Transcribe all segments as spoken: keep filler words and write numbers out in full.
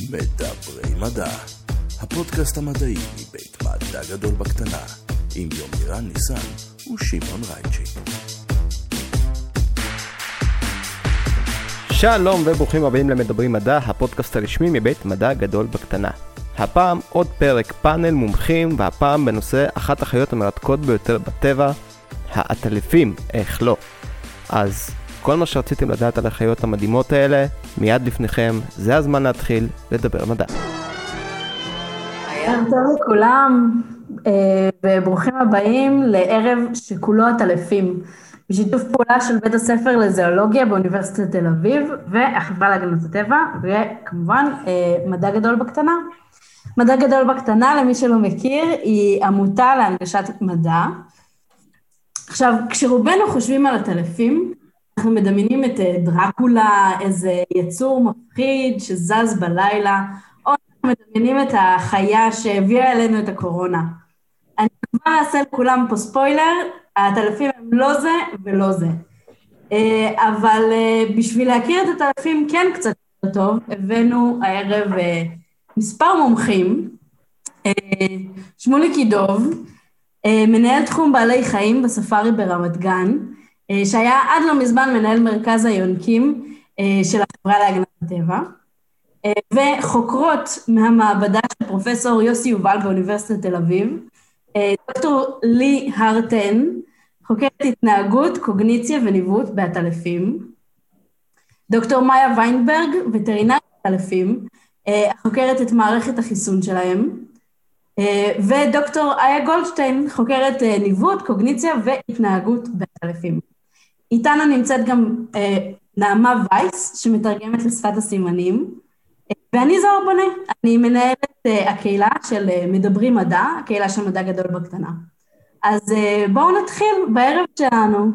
מדברי מדע, הפודקאסט המדעי מבית מדע גדול בקטנה, עם יומירן ניסן ושמעון רייצ'י. שלום וברוכים הבאים למדברי מדע, הפודקאסט הרשמי מבית מדע גדול בקטנה. הפעם עוד פרק פאנל מומחים, והפעם בנושא אחת החיות המרתקות ביותר בטבע, העטלפים, איך לא. אז כל מה שרציתם לדעת על החיות המדהימות האלה, מיד לפניכם, זה הזמן להתחיל לדבר מדע. ערב טוב לכולם, וברוכים הבאים לערב שכולו עטלפים, בשיתוף פעולה של בית הספר לזואולוגיה באוניברסיטת תל אביב, והחברה להגנת הטבע, וכמובן מדע גדול בקטנה. מדע גדול בקטנה, למי שלא מכיר, היא עמותה להנגשת מדע. עכשיו, כשרובנו חושבים על עטלפים, אנחנו מדמיינים את דרקולה, איזה יצור מפחיד שזז בלילה, או אנחנו מדמיינים את החיה שהביאה אלינו את הקורונה. אני כבר אעשה לכולם פה ספוילר, העטלפים הם לא זה ולא זה. אבל בשביל להכיר את העטלפים כן קצת יותר טוב, הבאנו הערב מספר מומחים, שמוליק דוב, מנהל תחום בעלי חיים בספארי ברמת גן, שהיה עד לא מזמן מנהל מרכז היונקים של החברה להגנת הטבע, וחוקרות מהמעבדה של פרופסור יוסי יובל באוניברסיטת תל אביב, דוקטור לי הרטן, חוקרת התנהגות, קוגניציה וניווט בעטלפים, דוקטור מאיה ויינברג, וטרינרית עטלפים, חוקרת את מערכת החיסון שלהם, ודוקטור איה גולדשטיין, חוקרת ניווט, קוגניציה והתנהגות בעטלפים. איתנו נמצאת גם נעמה וייס, שמתרגמת לשפת הסימנים, ואני זוהר בונה, אני מנהלת הקהילה של מדברי מדע, הקהילה של מדע גדול בקטנה. אז בואו נתחיל בערב שלנו.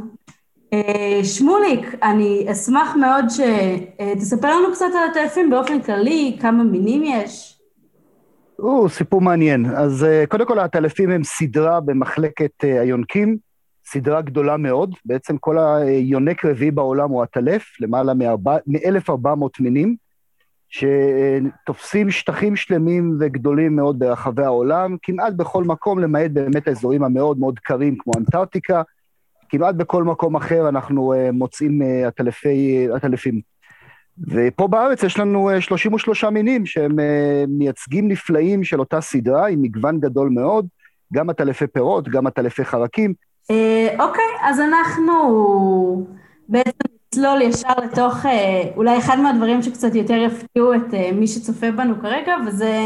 שמוליק, אני אשמח מאוד שתספר לנו קצת על עטלפים באופן כללי, כמה מינים יש. או, סיפור מעניין. אז קודם כל העטלפים הם סדרה במחלקת היונקים, סדרה גדולה מאוד, בעצם כל היונק רביעי בעולם הוא עטלף, למעלה מ-אלף וארבע מאות מינים, שתופסים שטחים שלמים וגדולים מאוד ברחבי העולם, כמעט בכל מקום, למעט באמת האזורים המאוד מאוד קרים, כמו אנטארקטיקה, כמעט בכל מקום אחר אנחנו מוצאים עטלפי, עטלפים. ופה בארץ יש לנו שלושים ושלושה מינים, שהם מייצגים נפלאים של אותה סדרה, עם מגוון גדול מאוד, גם עטלפי פירות, גם עטלפי חרקים. אוקיי, אז אנחנו בעצם נצלול ישר לתוך, אולי אחד מהדברים שקצת יותר יפתיעו את מי שצופה בנו כרגע, וזה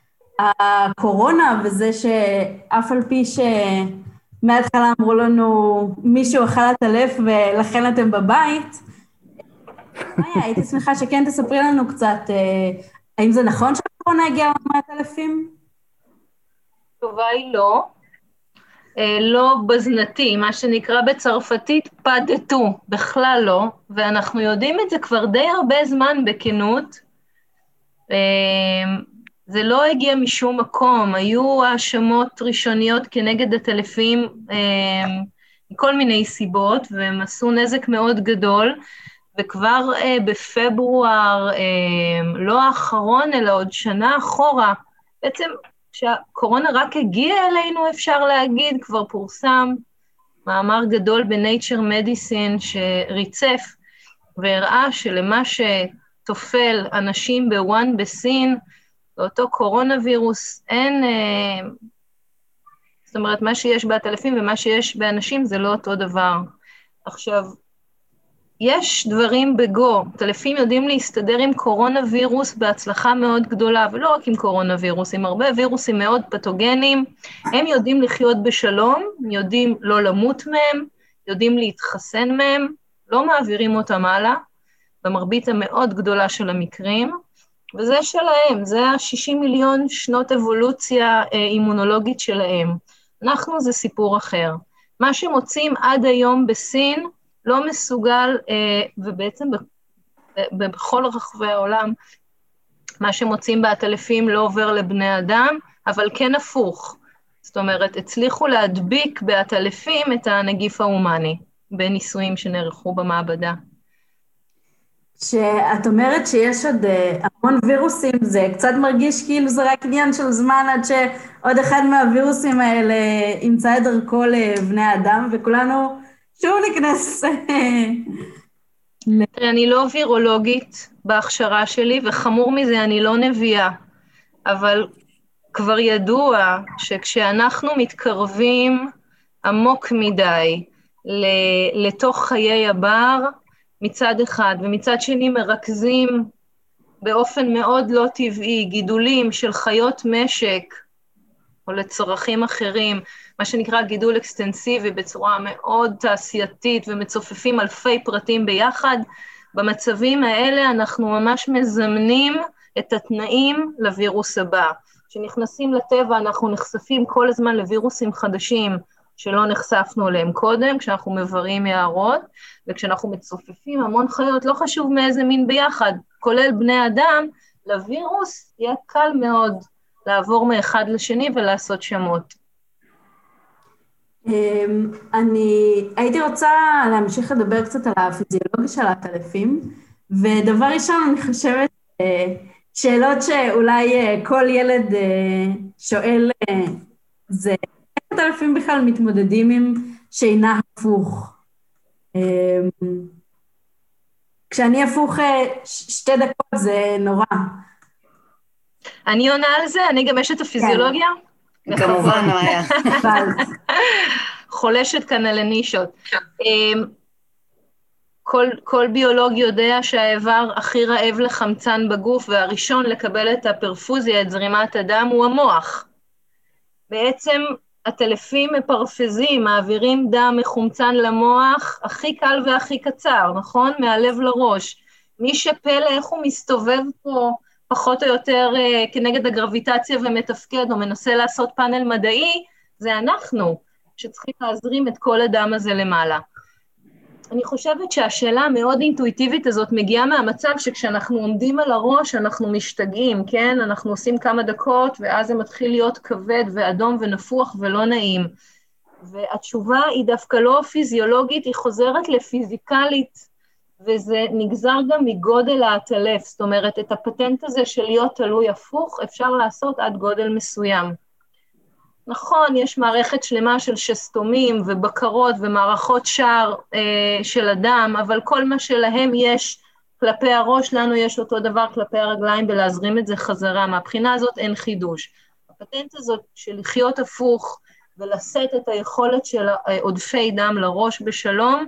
הקורונה, וזה שאף על פי שמההתחלה אמרו לנו מישהו אכל עטלף ולכן אתם בבית, מאיה, הייתי שמחה שכן תספרי לנו קצת, האם זה נכון שהקורונה הגיעה מהעטלפים? התשובה היא לא. לא בזנתי, מה שנקרא בצרפתית פדטו, בכלל לא, ואנחנו יודעים את זה כבר די הרבה זמן בכנות. זה לא הגיע משום מקום, היו האשמות ראשוניות כנגד עטלפים מכל מיני סיבות, והם עשו נזק מאוד גדול, וכבר בפברואר, לא האחרון אלא עוד שנה אחורה, בעצם כשהקורונה רק הגיעה אלינו, אפשר להגיד, כבר פורסם מאמר גדול ב-Nature Medicine שריצף והראה שלמה שתופל אנשים בוואן בסין, באותו קורונה וירוס, אין, אה, זאת אומרת, מה שיש בעטלפים ומה שיש באנשים זה לא אותו דבר. עכשיו, יש דברים בגו, עטלפים יודעים להסתדר עם קורונה וירוס בהצלחה מאוד גדולה, ולא רק עם קורונה וירוס, עם הרבה וירוסים מאוד פתוגנים, הם יודעים לחיות בשלום, יודעים לא למות מהם, יודעים להתחסן מהם, לא מעבירים אותם הלאה, במרבית המאוד גדולה של המקרים, וזה שלהם, זה ה-שישים מיליון שנות אבולוציה אה, אימונולוגית שלהם. אנחנו זה סיפור אחר. מה שמוצאים עד היום בסין, לא מסוגל, ובעצם בכל רחבי העולם, מה שמוצאים בעטלפים לא עובר לבני אדם, אבל כן הפוך. זאת אומרת, הצליחו להדביק בעטלפים את הנגיף ההומני, בניסויים שנערכו במעבדה. שאת אומרת שיש עוד המון וירוסים, זה קצת מרגיש כאילו זה רק עניין של זמן עד שעוד אחד מהווירוסים האלה ימצא את דרכו לבני האדם, וכולנו שוב נכנס. אני לא וירולוגית בהכשרה שלי, וחמור מזה אני לא נביאה, אבל כבר ידוע שכשאנחנו מתקרבים עמוק מדי לתוך חיי הבר, מצד אחד, ומצד שני מרכזים באופן מאוד לא טבעי, גידולים של חיות משק, או לצרכים אחרים, מה שנקרא גידול אקסטנסיבי, בצורה מאוד תעשייתית, ומצופפים אלפי פרטים ביחד, במצבים האלה אנחנו ממש מזמנים את התנאים לווירוס הבא. כשנכנסים לטבע אנחנו נחשפים כל הזמן לווירוסים חדשים, שלא נחשפנו אליהם קודם, כשאנחנו מברים יערות, וכשאנחנו מצופפים המון חיות, לא חשוב מאיזה מין ביחד, כולל בני אדם, לווירוס יהיה קל מאוד לעבור מאחד לשני ולעשות שמות. אני הייתי רוצה להמשיך לדבר קצת על הפיזיולוגיה של העטלפים, ודבר ראשון אני חושבת שאלות שאולי כל ילד שואל זה, איך עטלפים בכלל מתמודדים עם שינה הפוך? כשאני הפוך שתי דקות זה נורא. אני עונה על זה, אני גם אשת הפיזיולוגיה. כמובן, נויה. חולשת כאן על הנישות. כל, כל ביולוג יודע שהאיבר הכי רעב לחמצן בגוף, והראשון לקבל את הפרפוזיה, את זרימת הדם, הוא המוח. בעצם עטלפים מפרפזים, מעבירים דם מחומצן למוח, הכי קל והכי קצר, נכון? מהלב לראש. מי שפלא איך הוא מסתובב פה, פחות או יותר uh, כנגד הגרביטציה ומתפקד, או מנסה לעשות פאנל מדעי, זה אנחנו, שצריכים להזרים את כל הדם הזה למעלה. אני חושבת שהשאלה המאוד אינטואיטיבית הזאת מגיעה מהמצב שכשאנחנו עומדים על הראש, אנחנו משתגעים, כן? אנחנו עושים כמה דקות, ואז זה מתחיל להיות כבד ואדום ונפוח ולא נעים. והתשובה היא דווקא לא פיזיולוגית, היא חוזרת לפיזיקלית, וזה נגזר גם מגודל העטלף, זאת אומרת, את הפטנט הזה של להיות תלוי הפוך, אפשר לעשות עד גודל מסוים. נכון, יש מערכת שלמה של שסתומים ובקרות ומערכות שער אה, של אדם, אבל כל מה שלהם יש כלפי הראש, לנו יש אותו דבר כלפי הרגליים, ולהזרים את זה חזרה. מהבחינה הזאת אין חידוש. הפטנט הזאת של לחיות הפוך ולשאת את היכולת של עודפי דם לראש בשלום,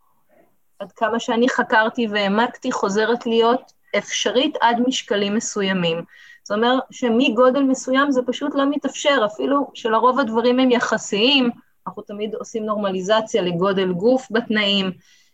עד כמה שאני חקרתי והעמקתי, חוזרת להיות אפשרית עד משקלים מסוימים. זאת אומרת שמגודל מסוים זה פשוט לא מתאפשר, אפילו שלרוב הדברים הם יחסיים, אנחנו תמיד עושים נורמליזציה לגודל גוף בתנאים.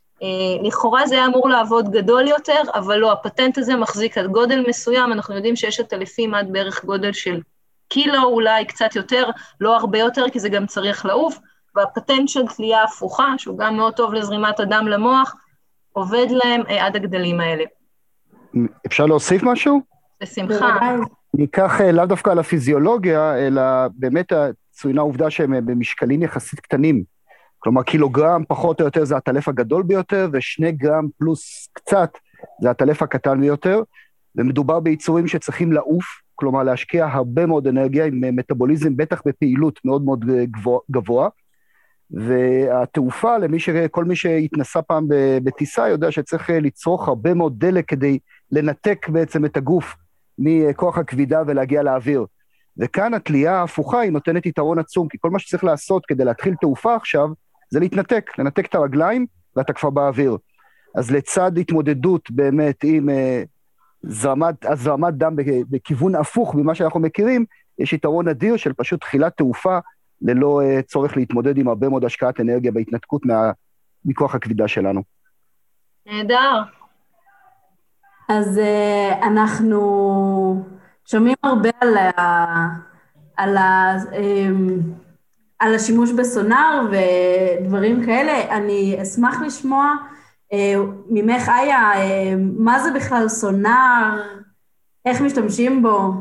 לכאורה זה היה אמור לעבוד גדול יותר, אבל לא, הפטנט הזה מחזיק עד גודל מסוים, אנחנו יודעים שיש עטלפים עד בערך גודל של קילו, אולי קצת יותר, לא הרבה יותר, כי זה גם צריך לעוף, והפטנט של תלייה הפוכה, שהוא גם מאוד טוב לזרימת הדם למוח, עובד להם עד הגדלים האלה. אפשר להוסיף משהו? בשמחה. ניקח לאו דווקא על הפיזיולוגיה, אלא באמת צוינה העובדה שהם במשקלים יחסית קטנים. כלומר, קילוגרם פחות או יותר זה העטלף הגדול ביותר, ושני גרם פלוס קצת זה העטלף הקטן ביותר, ומדובר ביצורים שצריכים לעוף, כלומר להשקיע הרבה מאוד אנרגיה עם מטאבוליזם, בטח בפעילות מאוד מאוד גבוה, גבוה. והתעופה, למי ש... כל מי שהתנסה פעם בטיסה, יודע שצריך לצרוך הרבה מאוד דלק כדי לנתק בעצם את הגוף מכוח הכבידה ולהגיע לאוויר. וכאן התלייה ההפוכה היא נותנת יתרון עצום, כי כל מה שצריך לעשות כדי להתחיל תעופה עכשיו, זה להתנתק, לנתק את הרגליים, ואתה כבר באוויר. אז לצד התמודדות באמת עם uh, זרמת, הזרמת דם בכיוון הפוך ממה שאנחנו מכירים, יש יתרון אדיר של פשוט תחילת תעופה, ללא uh, צורך להתמודד עם הרבה מאוד השקעת אנרגיה בהתנתקות מה, מכוח הכבידה שלנו. נהדר. אז uh, אנחנו שומעים הרבה על, ה, על, ה, um, על השימוש בסונאר ודברים כאלה. אני אשמח לשמוע uh, ממך, איה, uh, מה זה בכלל סונאר? איך משתמשים בו?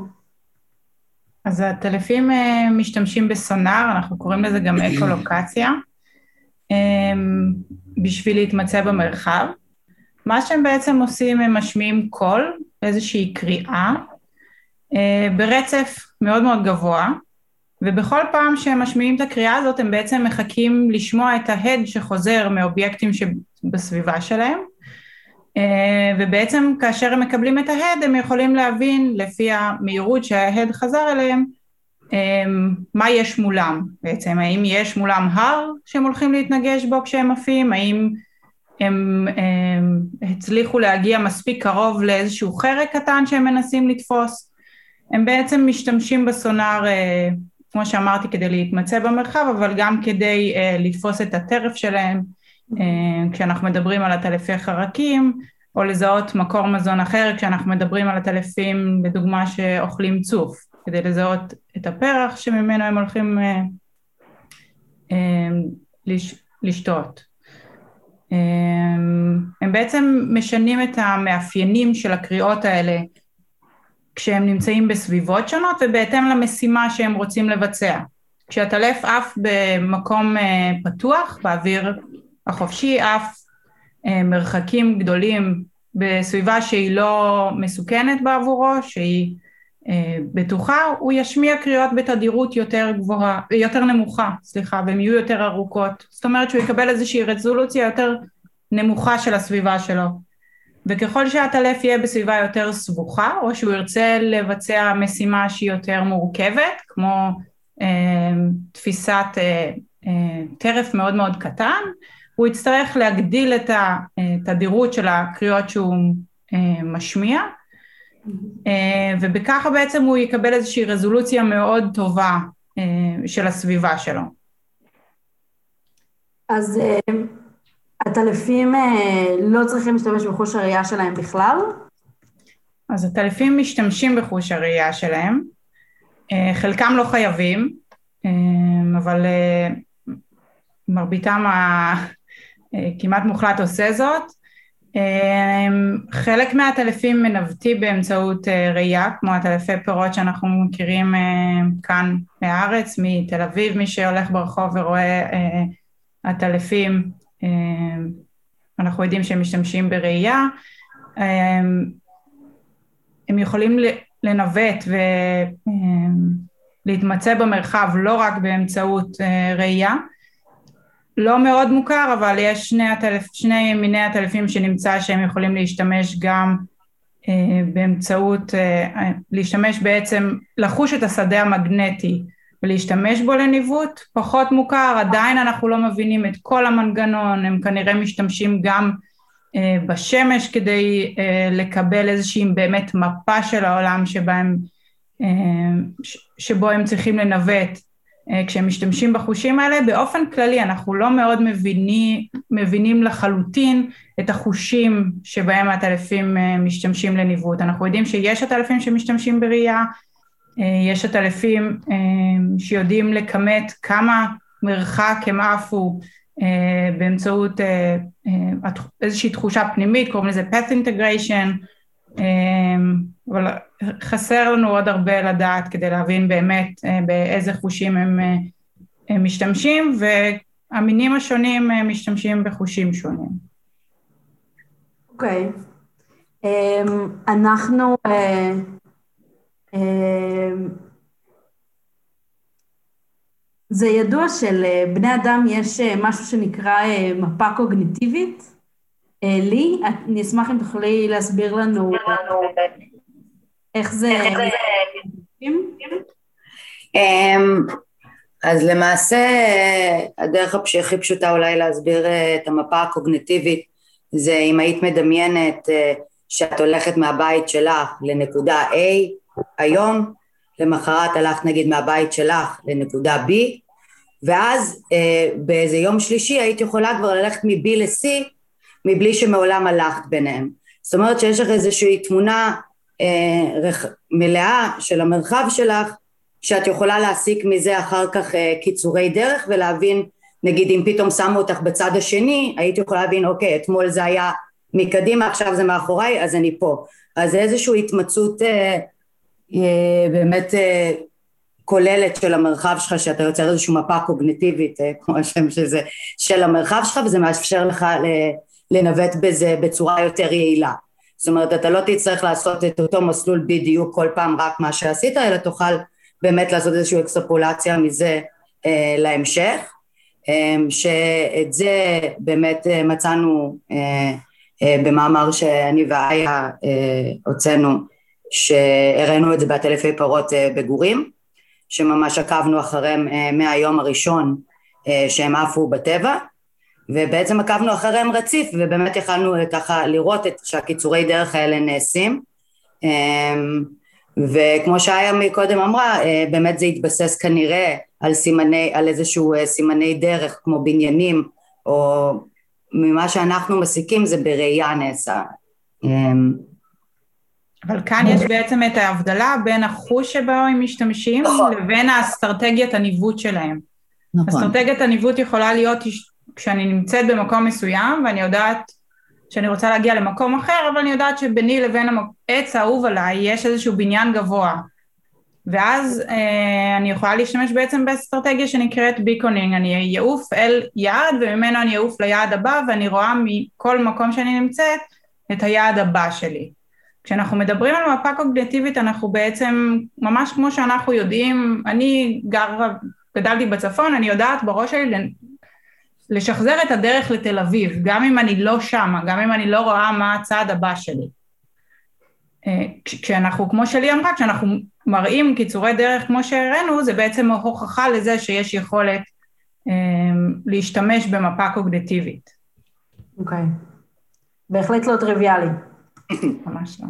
אז העטלפים uh, משתמשים בסונאר, אנחנו קוראים לזה גם אקולוקציה, um, בשביל להתמצא במרחב. מה שהם בעצם עושים, הם משמיעים קול, איזושהי קריאה, ברצף מאוד מאוד גבוה, ובכל פעם שהם משמיעים את הקריאה הזאת, הם בעצם מחכים לשמוע את ההד שחוזר מאובייקטים שבסביבה שלהם, ובעצם כאשר הם מקבלים את ההד, הם יכולים להבין לפי המהירות שההד חזר אליהם, מה יש מולם בעצם, האם יש מולם הר שהם הולכים להתנגש בו כשהם עפים, האם הם, הם הצליחו להגיע מספיק קרוב לאיזשהו חרק קטן שהם מנסים לתפוס, הם בעצם משתמשים בסונאר, כמו שאמרתי, כדי להתמצא במרחב, אבל גם כדי לתפוס את הטרף שלהם, כשאנחנו מדברים על הטלפי חרקים, או לזהות מקור מזון אחר, כשאנחנו מדברים על הטלפים, לדוגמה שאוכלים צוף, כדי לזהות את הפרח שממנו הם הולכים אה, אה, לש, לשתות. אה, הם בעצם משנים את המאפיינים של הקריאות האלה, כשהם נמצאים בסביבות שונות, ובהתאם למשימה שהם רוצים לבצע. כשהטלף עף במקום אה, פתוח, באוויר החופשי, עף אה, מרחקים גדולים, בסביבה שהיא לא מסוכנת בעבורו, שהיא בטוחה, הוא ישמיע קריאות בתדירות יותר גבוהה, יותר נמוכה, סליחה, והן יהיו יותר ארוכות. זאת אומרת שהוא יקבל איזושהי רזולוציה יותר נמוכה של הסביבה שלו. וככל שהטלף יהיה בסביבה יותר סבוכה, או שהוא ירצה לבצע משימה שהיא יותר מורכבת, כמו אה, תפיסת אה, אה, טרף מאוד מאוד קטן, הוא יצטרך להגדיל את התדירות של הקריאות שהוא אה, משמיע, ובככה בעצם הוא יקבל איזושהי רזולוציה מאוד טובה של הסביבה שלו. אז הטלפים לא צריכים להשתמש בחוש הראייה שלהם בכלל? אז הטלפים משתמשים בחוש הראייה שלהם, חלקם לא חייבים, אבל מרביתם כמעט מוחלט עושה זאת. חלק מהטלפים מנווטים באמצעות ראייה, כמו הטלפי פירות שאנחנו מכירים כאן בארץ, מתל אביב, מי שהולך ברחוב ורואה הטלפים, אנחנו יודעים שהם משתמשים בראייה, הם יכולים לנווט ולהתמצא במרחב לא רק באמצעות ראייה, לא מאוד מוכר, אבל יש שני, הטלפ, שני מיני הטלפים שנמצא שהם יכולים להשתמש גם אה, באמצעות, אה, להשתמש בעצם, לחוש את השדה המגנטי ולהשתמש בו לניווט, פחות מוכר, עדיין אנחנו לא מבינים את כל המנגנון, הם כנראה משתמשים גם אה, בשמש כדי אה, לקבל איזושהי באמת מפה של העולם שבהם, אה, ש, שבו הם צריכים לנווט, כשהם משתמשים בחושים האלה. באופן כללי אנחנו לא מאוד מבינים, מבינים לחלוטין את החושים שבהם הטלפים משתמשים לניווט. אנחנו יודעים שיש הטלפים שמשתמשים בראייה, יש הטלפים שיודעים לכמת כמה מרחק הם עפו באמצעות איזושהי תחושה פנימית, קוראים לזה path integration, אבל חסר לנו עוד הרבה לדעת כדי להבין באמת באיזה חושים הם, הם משתמשים, והמינים השונים משתמשים בחושים שונים. אוקיי. Okay. אנחנו, זה ידוע שלבני אדם יש משהו שנקרא מפה קוגניטיבית. לי, אני אשמח אם תוכלי להסביר לנו איך זה... אז למעשה הדרך הכי פשוטה אולי להסביר את המפה הקוגניטיבית, זה אם היית מדמיינת שאת הולכת מהבית שלך לנקודה A היום, למחרת הלכת נגיד מהבית שלך לנקודה B, ואז באיזה יום שלישי היית יכולה כבר ללכת מ-B ל-C, מבלי שמעולם הלכת ביניהם. זאת אומרת שיש לך איזושהי תמונה אה, רח, מלאה של המרחב שלך, שאת יכולה להסיק מזה אחר כך אה, קיצורי דרך, ולהבין, נגיד אם פתאום שמו אותך בצד השני, היית יכולה להבין, אוקיי, אתמול זה היה מקדימה, עכשיו זה מאחוריי, אז אני פה. אז זה איזושהי התמצאות אה, אה, באמת אה, כוללת של המרחב שלך, שאתה יוצר איזושהי מפה קוגניטיבית, אה, כמו השם שזה, של המרחב שלך, וזה מאפשר לך ל... לנווט בזה בצורה יותר יעילה. זאת אומרת, אתה לא תצטרך לעשות את אותו מסלול בדיוק כל פעם רק מה שעשית, אלא תוכל באמת לעשות איזושהי אקסטרפולציה מזה אה, להמשך, אה, שאת זה באמת אה, מצאנו אה, אה, במאמר שאני ואיה אה, הוצאנו, שהראינו את זה בעטלפי פרות אה, בגורים, שממש עקבנו אחריהם אה, מהיום הראשון אה, שהם עפו בטבע, ובעצם עקבנו אחריהם רציף, ובאמת יכלנו ככה לראות את שהקיצורי דרך האלה נעשים, וכמו שהיה מקודם אמרה, באמת זה התבסס כנראה על סימני, על איזשהו סימני דרך כמו בניינים, או ממה שאנחנו מסיקים זה בראייה נעשה. אבל כאן יש בעצם את ההבדלה בין החוש שבו הם משתמשים, נכון. לבין האסטרטגיית הניווט שלהם. נכון. אסטרטגיית הניווט יכולה להיות כשאני נמצאת במקום מסוים, ואני יודעת שאני רוצה להגיע למקום אחר, אבל אני יודעת שביני לבין העץ האהוב עליי, יש איזשהו בניין גבוה. ואז אה, אני יכולה להשתמש בעצם באסטרטגיה שנקראת ביקונינג, אני יעוף אל יעד, וממנו אני יעוף ליעד הבא, ואני רואה מכל מקום שאני נמצאת, את היעד הבא שלי. כשאנחנו מדברים על מפה קוגניטיבית, אנחנו בעצם, ממש כמו שאנחנו יודעים, אני גר, גדלתי בצפון, אני יודעת בראש שלי, לשחזר את הדרך לתל אביב, גם אם אני לא שמה, גם אם אני לא רואה מה הצעד הבא שלי. כשאנחנו, כמו שלי אמרה, כשאנחנו מראים קיצורי דרך כמו שהראינו, זה בעצם הוכחה לזה שיש יכולת להשתמש במפה קוגניטיבית. אוקיי. בהחלט לא טריוויאלי. ממש לא.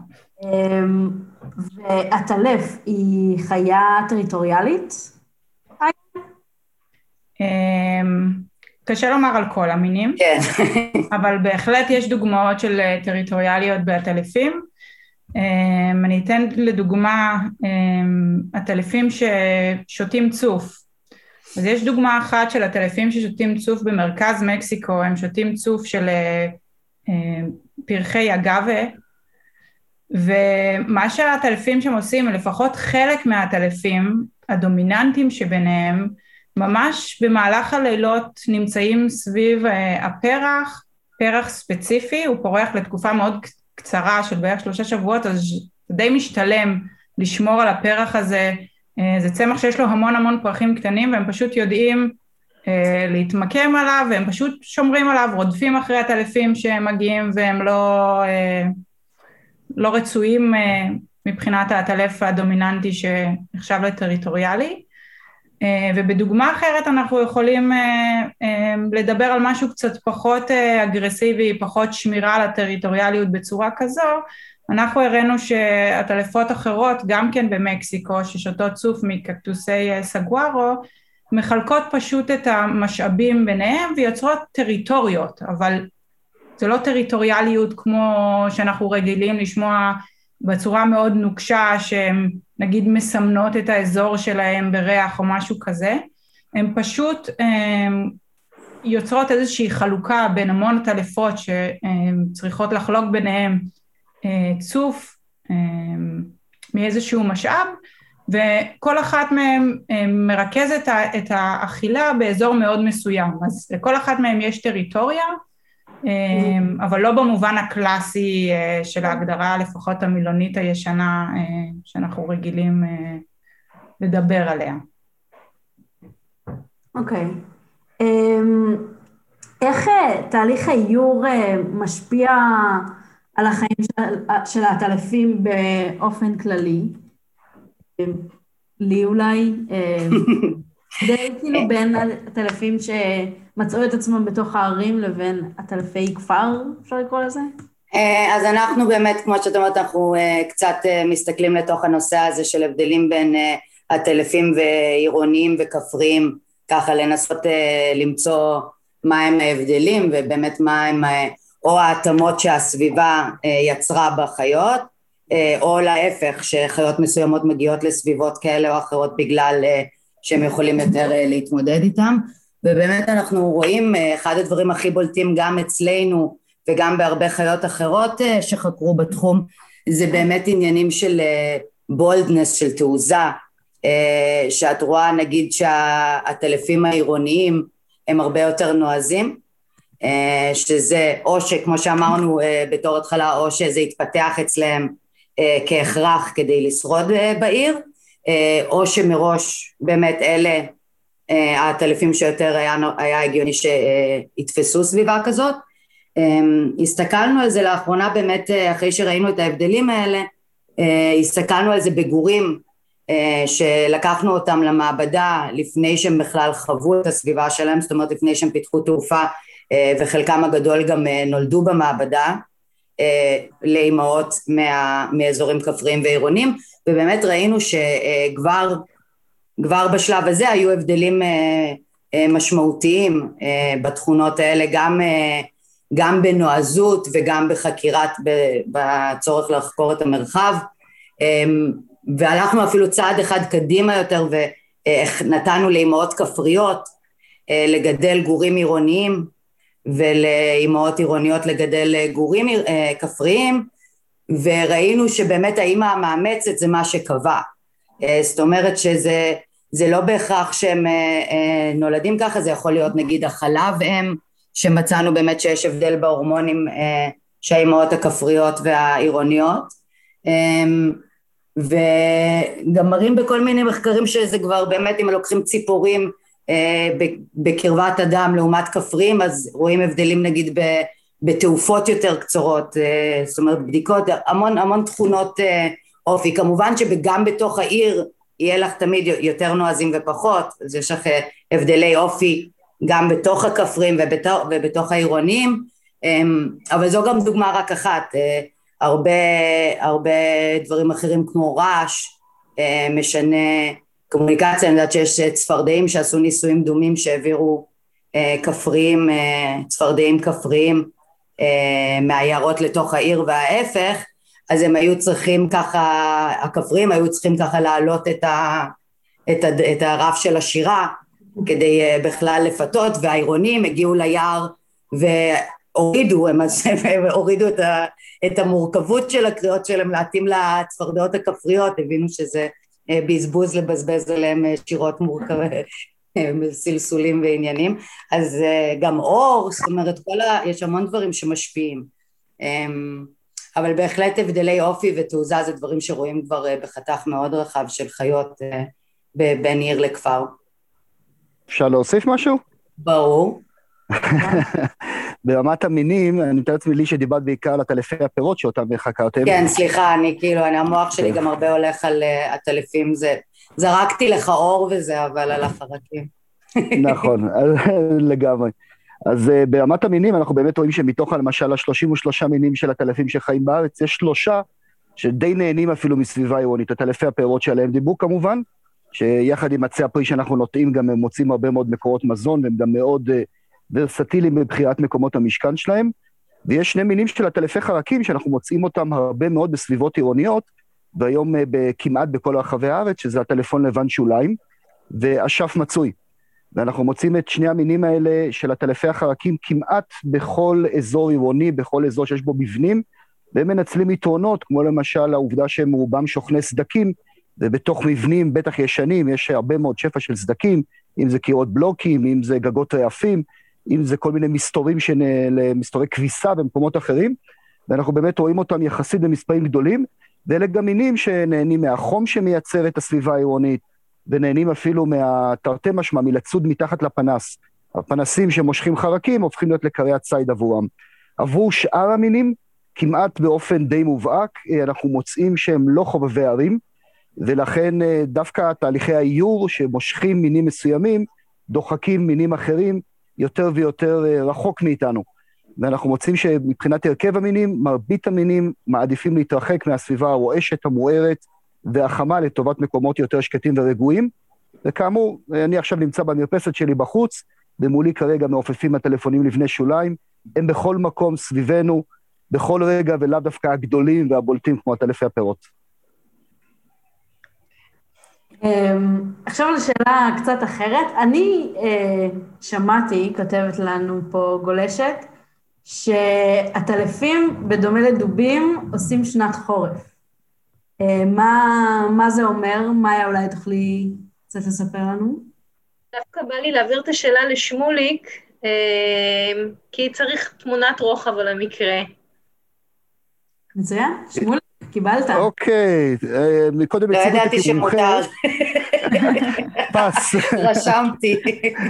והטלף היא חיה טריטוריאלית? קשה לומר על כל המינים, כן. אבל בהחלט יש דוגמאות של טריטוריאליות בעטלפים. אני אתן לדוגמה עטלפים ששותים צוף. אז יש דוגמה אחת של עטלפים ששותים צוף במרכז מקסיקו, הם שותים צוף של פרחי אגאווה, ומה שהעטלפים שהם עושים, לפחות חלק מהעטלפים הדומיננטיים שביניהם, ממש במהלך הלילות נמצאים סביב הפרח, פרח ספציפי, הוא פורח לתקופה מאוד קצרה של בערך שלושה שבועות, אז זה די משתלם לשמור על הפרח הזה, זה צמח שיש לו המון המון פרחים קטנים, והם פשוט יודעים להתמקם עליו, והם פשוט שומרים עליו, רודפים אחרי הטלפים שהם מגיעים, והם לא, לא רצויים מבחינת הטלף הדומיננטי שנחשב לטריטוריאלי, ובדוגמה אחרת אנחנו יכולים לדבר על משהו קצת פחות אגרסיבי, פחות שמירה על הטריטוריאליות בצורה כזו. אנחנו הראינו שהטלפות אחרות, גם כן במקסיקו, ששותות צוף מקקטוסי סגוארו, מחלקות פשוט את המשאבים ביניהם ויוצרות טריטוריות, אבל זה לא טריטוריאליות כמו שאנחנו רגילים לשמוע בצורה מאוד נוקשה, שהן נגיד מסמנות את האזור שלהם בריח או משהו כזה, הן פשוט הם, יוצרות איזושהי חלוקה בין המון טלפות שצריכות לחלוק ביניהם צוף מאיזשהו משאב, וכל אחת מהן מרכזת את האכילה באזור מאוד מסוים, אז לכל אחת מהן יש טריטוריה, אבל לא במובן הקלאסי של ההגדרה, לפחות המילונית הישנה שאנחנו רגילים לדבר עליה. אוקיי. איך תהליך האיור משפיע על החיים של הטלפים באופן כללי? לי אולי, די כאילו בין הטלפים שמצאו את עצמם בתוך הערים לבין הטלפי כפר, אפשר לקרוא לזה? אז אנחנו באמת, כמו שאת אומרת, אנחנו קצת מסתכלים לתוך הנושא הזה של הבדלים בין הטלפים ועירוניים וכפריים, ככה לנסות למצוא מה הם ההבדלים ובאמת מה הם או ההתאמות שהסביבה יצרה בחיות, או להפך שחיות מסוימות מגיעות לסביבות כאלה או אחרות בגלל שהם יכולים יותר להתמודד איתם, ובאמת אנחנו רואים אחד הדברים הכי בולטים גם אצלנו וגם בהרבה חיות אחרות שחקרו בתחום, זה באמת עניינים של בולדנס, של תעוזה, שאת רואה נגיד שהטלפים העירוניים הם הרבה יותר נועזים, שזה או שכמו שאמרנו בתור התחלה, או שזה יתפתח אצלם כהכרח כדי לשרוד בעיר, או שמראש באמת אלה הטלפים שיותר היה, היה הגיוני שיתפסו סביבה כזאת. הסתכלנו על זה לאחרונה באמת אחרי שראינו את ההבדלים האלה, הסתכלנו על זה בגורים שלקחנו אותם למעבדה לפני שהם בכלל חוו את הסביבה שלהם, זאת אומרת לפני שהם פיתחו תעופה, וחלקם הגדול גם נולדו במעבדה לאימהות מה, מאזורים כפריים ועירונים, ובאמת ראינו שכבר כבר בשלב הזה היו הבדלים משמעותיים בתכונות האלה, גם, גם בנועזות וגם בחקירת, בצורך לחקור את המרחב, והלכנו אפילו צעד אחד קדימה יותר ונתנו לאימהות כפריות לגדל גורים עירוניים, ולאימהות עירוניות לגדל גורים כפריים, וראינו שבאמת האמא המאמצת זה מה שקבע. זאת אומרת שזה זה לא בהכרח שהם נולדים ככה, זה יכול להיות נגיד החלב אם, שמצאנו באמת שיש הבדל בהורמונים שהאימהות הכפריות והעירוניות, וגם מראים בכל מיני מחקרים שזה כבר באמת אם לוקחים ציפורים בקרבת אדם לעומת כפריים, אז רואים הבדלים נגיד בתעופות יותר קצרות, זאת אומרת בדיקות, המון המון תכונות אופי, כמובן שגם בתוך העיר יהיה לך תמיד יותר נועזים ופחות, אז יש לך הבדלי אופי גם בתוך הכפרים ובתוך, ובתוך העירונים, אבל זו גם דוגמה רק אחת, הרבה, הרבה דברים אחרים כמו רעש, משנה קומוניקציה, אני יודעת שיש צפרדעים שעשו ניסויים דומים שהעבירו כפריים, צפרדעים כפריים מהיערות לתוך העיר וההפך, אז הם היו צריכים ככה, הכפריים היו צריכים ככה להעלות את, ה, את, ה, את הרף של השירה, כדי בכלל לפתות, והעירונים הגיעו ליער והורידו, הם הורידו את, ה, את המורכבות של הקריאות שלהם, להתאים לצפרדעות הכפריות, הבינו שזה בזבוז לבזבז עליהם שירות מורכבות, סלסולים ועניינים, אז גם אור, זאת אומרת, כל ה, יש המון דברים שמשפיעים, אבל בהחלט הבדלי אופי ותעוזה זה דברים שרואים כבר בחתך מאוד רחב של חיות בין עיר לכפר. אפשר להוסיף משהו? ברור. ברמת המינים, אני מתאר לעצמי לי שדיברת בעיקר על הטלפי הפירות שאותם חקרתם. כן, סליחה, אני כאילו, אני המוח שלי גם הרבה הולך על הטלפים, זה, זרקתי לך אור וזה, אבל על החרקים. נכון, לגמרי. אז ברמת המינים אנחנו באמת רואים שמתוך למשל ה-שלושים ושלושה מינים של הטלפים שחיים בארץ, יש שלושה שדי נהנים אפילו מסביבה עירונית, הטלפי הפירות שעליהם דיברו כמובן, שיחד עם עצי הפרי שאנחנו נוטעים גם הם מוצאים הרבה מאוד מקורות מזון, והם גם מאוד ורסטיליים בבחירת מקומות המשכן שלהם, ויש שני מינים של הטלפי חרקים שאנחנו מוצאים אותם הרבה מאוד בסביבות עירוניות, והיום כמעט בכל רחבי הארץ, שזה הטלפון לבן שוליים, ואשף מצוי. ואנחנו מוצאים את שני המינים האלה של הטלפי החרקים כמעט בכל אזור עירוני, בכל אזור שיש בו מבנים, והם מנצלים יתרונות, כמו למשל העובדה שהם רובם שוכני סדקים, ובתוך מבנים בטח ישנים, יש הרבה מאוד שפע של סדקים, אם זה קירות בלוקים, אם זה גגות רעפים, אם זה כל מיני מסתורים, מסתורי כביסה במקומות אחרים, ואנחנו באמת רואים אותם יחסית במספרים גדולים, ואלה גם מינים שנהנים מהחום שמייצר את הסביבה העירונית, ונהנים אפילו מהתרתי משמע, מלצוד מתחת לפנס. הפנסים שמושכים חרקים הופכים להיות לקרי הציד עבורם. עבור שאר המינים, כמעט באופן די מובהק, אנחנו מוצאים שהם לא חובבי ערים, ולכן דווקא תהליכי האיור שמושכים מינים מסוימים, דוחקים מינים אחרים יותר ויותר רחוק מאיתנו. ואנחנו מוצאים שמבחינת הרכב המינים, מרבית המינים מעדיפים להתרחק מהסביבה הרועשת, המוארת והחמה לטובת מקומות יותר שקטים ורגועים. וכאמור, אני עכשיו נמצא במרפסת שלי בחוץ, ומולי כרגע מעופפים הטלפונים לבני שוליים, הם בכל מקום סביבנו, בכל רגע, ולאו דווקא הגדולים והבולטים כמו הטלפי הפירות. עכשיו לשאלה קצת אחרת, אני שמעתי, כותבת לנו פה גולשת, שהטלפים בדומה לדובים עושים שנת חורף. מה, מה זה אומר? מאיה, אולי תוכלי קצת לספר לנו? דווקא בא לי להעביר את השאלה לשמוליק, כי צריך תמונת רוחב על המקרה. מצוין, שמול, קיבלת. אוקיי, מקודם לא הציגו ידעתי אותי כמומחה. שמותר. פס. רשמתי.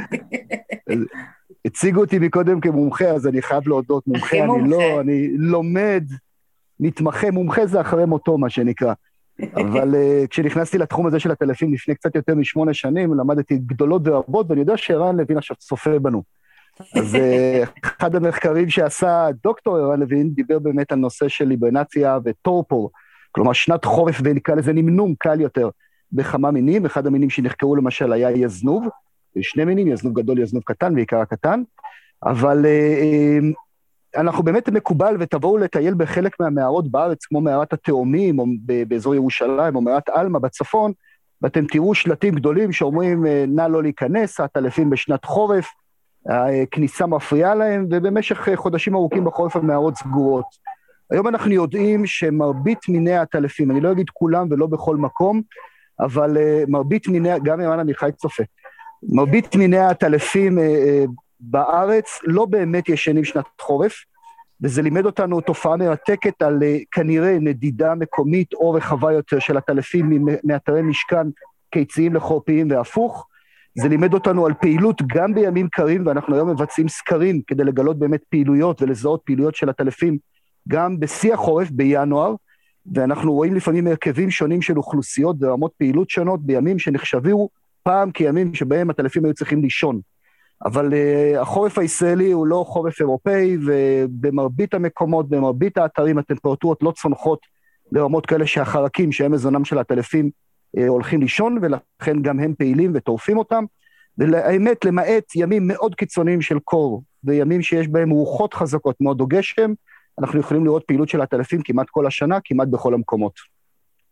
הציגו אותי מקודם כמומחה, אז אני חייב להודות, מומחה אני לא, אני לומד, מתמחה, מומחה זה אחרי מותו, מה שנקרא. אבל uh, כשנכנסתי לתחום הזה של הטלפים לפני קצת יותר משמונה שנים, למדתי גדולות ורבות, ואני יודע שערן לוין עכשיו צופה בנו. אז uh, אחד המחקרים שעשה דוקטור ערן לוין, דיבר באמת על נושא של ליברנציה וטורפור, כלומר שנת חורף ונקרא לזה נמנום קל יותר בכמה מינים, אחד המינים שנחקרו למשל היה יזנוב, שני מינים, יזנוב גדול, יזנוב קטן, בעיקר הקטן, אבל uh, אנחנו באמת מקובל ותבואו לטייל בחלק מהמערות בארץ, כמו מערת התאומים, או באזור ירושלים, או מערת אלמה בצפון, ואתם תראו שלטים גדולים שאומרים, נא לא להיכנס, הטלפים בשנת חורף, הכניסה מפריעה להם, ובמשך חודשים ארוכים בחורף המערות סגורות. היום אנחנו יודעים שמרבית מיני הטלפים, אני לא אגיד כולם ולא בכל מקום, אבל מרבית מיני, גם ירן עמיחי צופה, מרבית מיני הטלפים בארץ לא באמת ישנים שנת חורף, וזה לימד אותנו תופעה מרתקת על כנראה נדידה מקומית או רחבה יותר של הטלפים מאתרי משכן קיציים לחורפיים והפוך. זה לימד אותנו על פעילות גם בימים קרים, ואנחנו היום מבצעים סקרים כדי לגלות באמת פעילויות ולזהות פעילויות של הטלפים גם בשיא החורף בינואר, ואנחנו רואים לפעמים הרכבים שונים של אוכלוסיות ורמות פעילות שונות בימים שנחשבו פעם כימים שבהם הטלפים היו צריכים לישון. אבל uh, החורף הישראלי הוא לא חורף אירופאי, ובמרבית המקומות, במרבית האתרים, הטמפרטורות לא צונחות לרמות כאלה שהחרקים, שהם מזונם של הטלפים, uh, הולכים לישון, ולכן גם הם פעילים וטורפים אותם. ולאמת, למעט ימים מאוד קיצוניים של קור, וימים שיש בהם רוחות חזקות מאוד או גשם, אנחנו יכולים לראות פעילות של הטלפים כמעט כל השנה, כמעט בכל המקומות.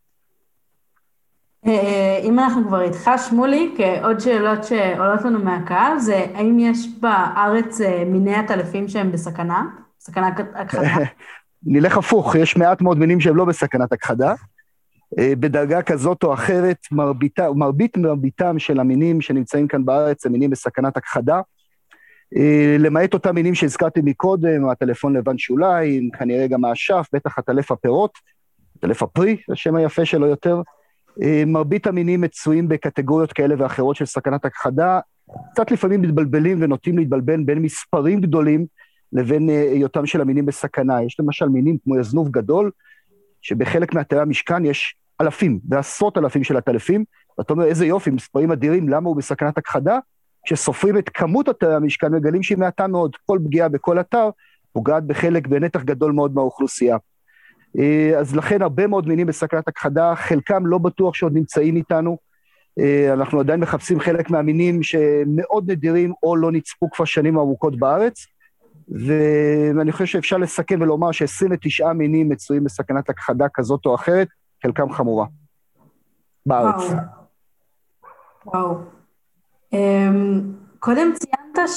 אם אנחנו כבר איתך, שמולי, עוד שאלות שעולות לנו מהקהל, זה האם יש בארץ מיני הטלפים שהם בסכנה? סכנה הכחדה? נלך הפוך, יש מעט מאוד מינים שהם לא בסכנת הכחדה. בדרגה כזאת או אחרת, מרביתה, מרבית מרביתם של המינים שנמצאים כאן בארץ, הם מינים בסכנת הכחדה. למעט אותם מינים שהזכרתי מקודם, הטלפון לבן שוליים, כנראה גם האשף, בטח הטלף הפירות, הטלף הפרי, השם היפה שלו יותר. מרבית המינים מצויים בקטגוריות כאלה ואחרות של סכנת הכחדה, קצת לפעמים מתבלבלים ונוטים להתבלבל בין מספרים גדולים לבין היותם של המינים בסכנה. יש למשל מינים כמו יזנוב גדול, שבחלק מאתרי המשכן יש אלפים ועשרות אלפים של הטלפים, ואתה אומר איזה יופי, מספרים אדירים, למה הוא בסכנת הכחדה? כשסופרים את כמות אתרי המשכן מגלים שהיא מעטה מאוד, כל פגיעה בכל אתר פוגעת בחלק בנתח גדול מאוד מהאוכלוסייה. אז לכן הרבה מאוד מינים בסכנת הכחדה, חלקם לא בטוח שעוד נמצאים איתנו, אנחנו עדיין מחפשים חלק מהמינים שמאוד נדירים או לא נצפו כבר שנים ארוכות בארץ, ואני חושב שאפשר לסכם ולומר ש-עשרים ותשעה מינים מצויים בסכנת הכחדה כזאת או אחרת, חלקם חמורה, בארץ. וואו. וואו. קודם ציינת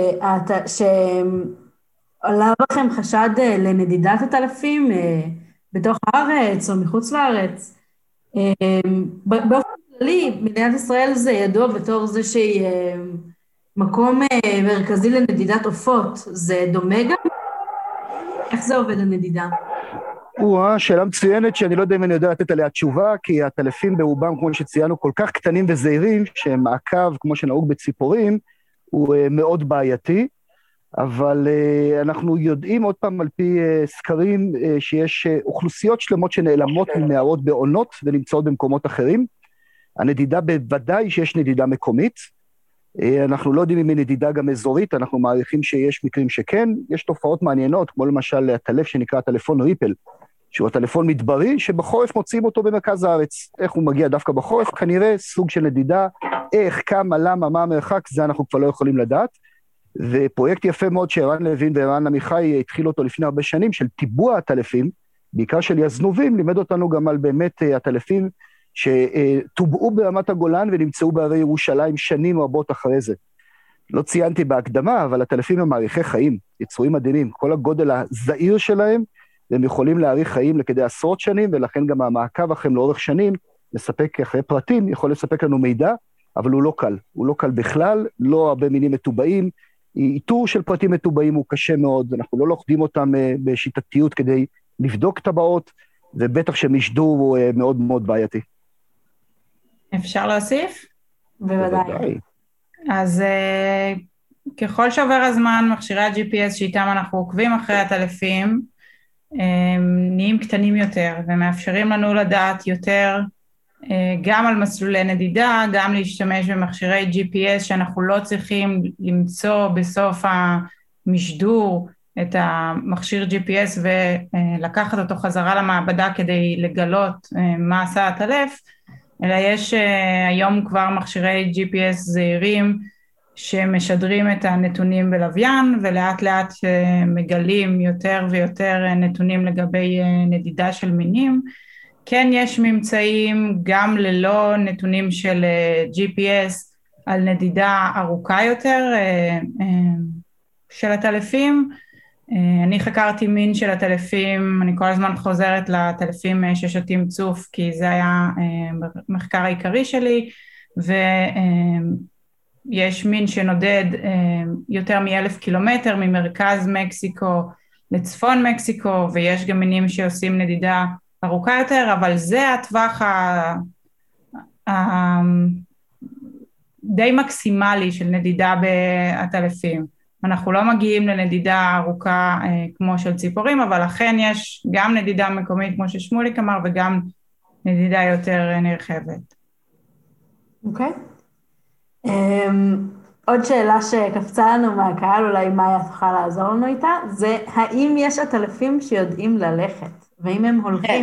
שעולה בכם חשד לנדידת הטלפים בתוך הארץ או מחוץ לארץ. באופן כללי, מדינת ישראל זה ידוע בתור זה שהיא מקום מרכזי לנדידת עופות. זה דומה גם? איך זה עובד הנדידה? וואה, שאלה מצוינת שאני לא יודע אם אני יודע לתת עליה תשובה, כי הטלפים ברובם, כמו שציינו, כל כך קטנים וזהירים, שמעקב, כמו שנהוג בציפורים, הוא מאוד בעייתי. אבל uh, אנחנו יודעים עוד פעם על פי uh, סקרים uh, שיש uh, אוכלוסיות שלמות שנעלמות ממערות בעונות ונמצאות במקומות אחרים. הנדידה בוודאי שיש נדידה מקומית, uh, אנחנו לא יודעים אם היא נדידה גם אזורית, אנחנו מעריכים שיש מקרים שכן, יש תופעות מעניינות, כמו למשל הטלף שנקרא הטלפון ריפל, שהוא הטלפון מדברי שבחורף מוצאים אותו במרכז הארץ. איך הוא מגיע דווקא בחורף? כנראה סוג של נדידה, איך, כמה, למה, מה המרחק, זה אנחנו כבר לא יכולים לדעת. ופרויקט יפה מאוד שערן לוין וערן עמיחי התחיל אותו לפני הרבה שנים, של טיבוע הטלפים, בעיקר של יזנובים, לימד אותנו גם על באמת הטלפים שטובעו ברמת הגולן ונמצאו בערי ירושלים שנים רבות אחרי זה. לא ציינתי בהקדמה, אבל הטלפים הם מעריכי חיים, יצורים מדהימים, כל הגודל הזעיר שלהם, והם יכולים להאריך חיים לכדי עשרות שנים, ולכן גם המעקב אחריהם לאורך שנים, לספק אחרי פרטים, יכול לספק לנו מידע, אבל הוא לא קל, הוא לא קל בכלל, לא הרבה מינים מטובעים, איתור של פרטים מטובעים הוא קשה מאוד, אנחנו לא לוכדים אותם בשיטתיות כדי לבדוק טבעות, ובטח שמשדור הוא מאוד מאוד בעייתי. אפשר להוסיף? בוודאי. אז ככל שעובר הזמן, מכשירי ה-ג'י פי אס שאיתם אנחנו עוקבים אחרי הטלפים, נהיים קטנים יותר, ומאפשרים לנו לדעת יותר גם על מסלולי נדידה, גם להשתמש במכשירי ג'י פי אס שאנחנו לא צריכים למצוא בסוף המשדור את המכשיר ג'י פי אס ולקחת אותו חזרה למעבדה כדי לגלות מה עשה הטלף, אלא יש היום כבר מכשירי ג'י פי אס זהירים שמשדרים את הנתונים בלוויין, ולאט לאט מגלים יותר ויותר נתונים לגבי נדידה של מינים. כן יש ממצאים גם ללא נתונים של ג'י פי אס על נדידה ארוכה יותר של הטלפים. אני חקרתי מין של הטלפים, אני כל הזמן חוזרת לטלפים ששותים צוף, כי זה היה המחקר העיקרי שלי, ויש מין שנודד יותר מאלף קילומטר ממרכז מקסיקו לצפון מקסיקו, ויש גם מינים שעושים נדידה ארוכה יותר, אבל זה הטווח ה... ה... די מקסימלי של נדידה בהטלפים. אנחנו לא מגיעים לנדידה ארוכה אה, כמו של ציפורים, אבל אכן יש גם נדידה מקומית כמו ששמוליק אמר, וגם נדידה יותר נרחבת. אוקיי. Okay. Um, עוד שאלה שקפצה לנו מהקהל, אולי מאיה תוכל לעזור לנו איתה, זה האם יש עטלפים שיודעים ללכת, ואם הם הולכים?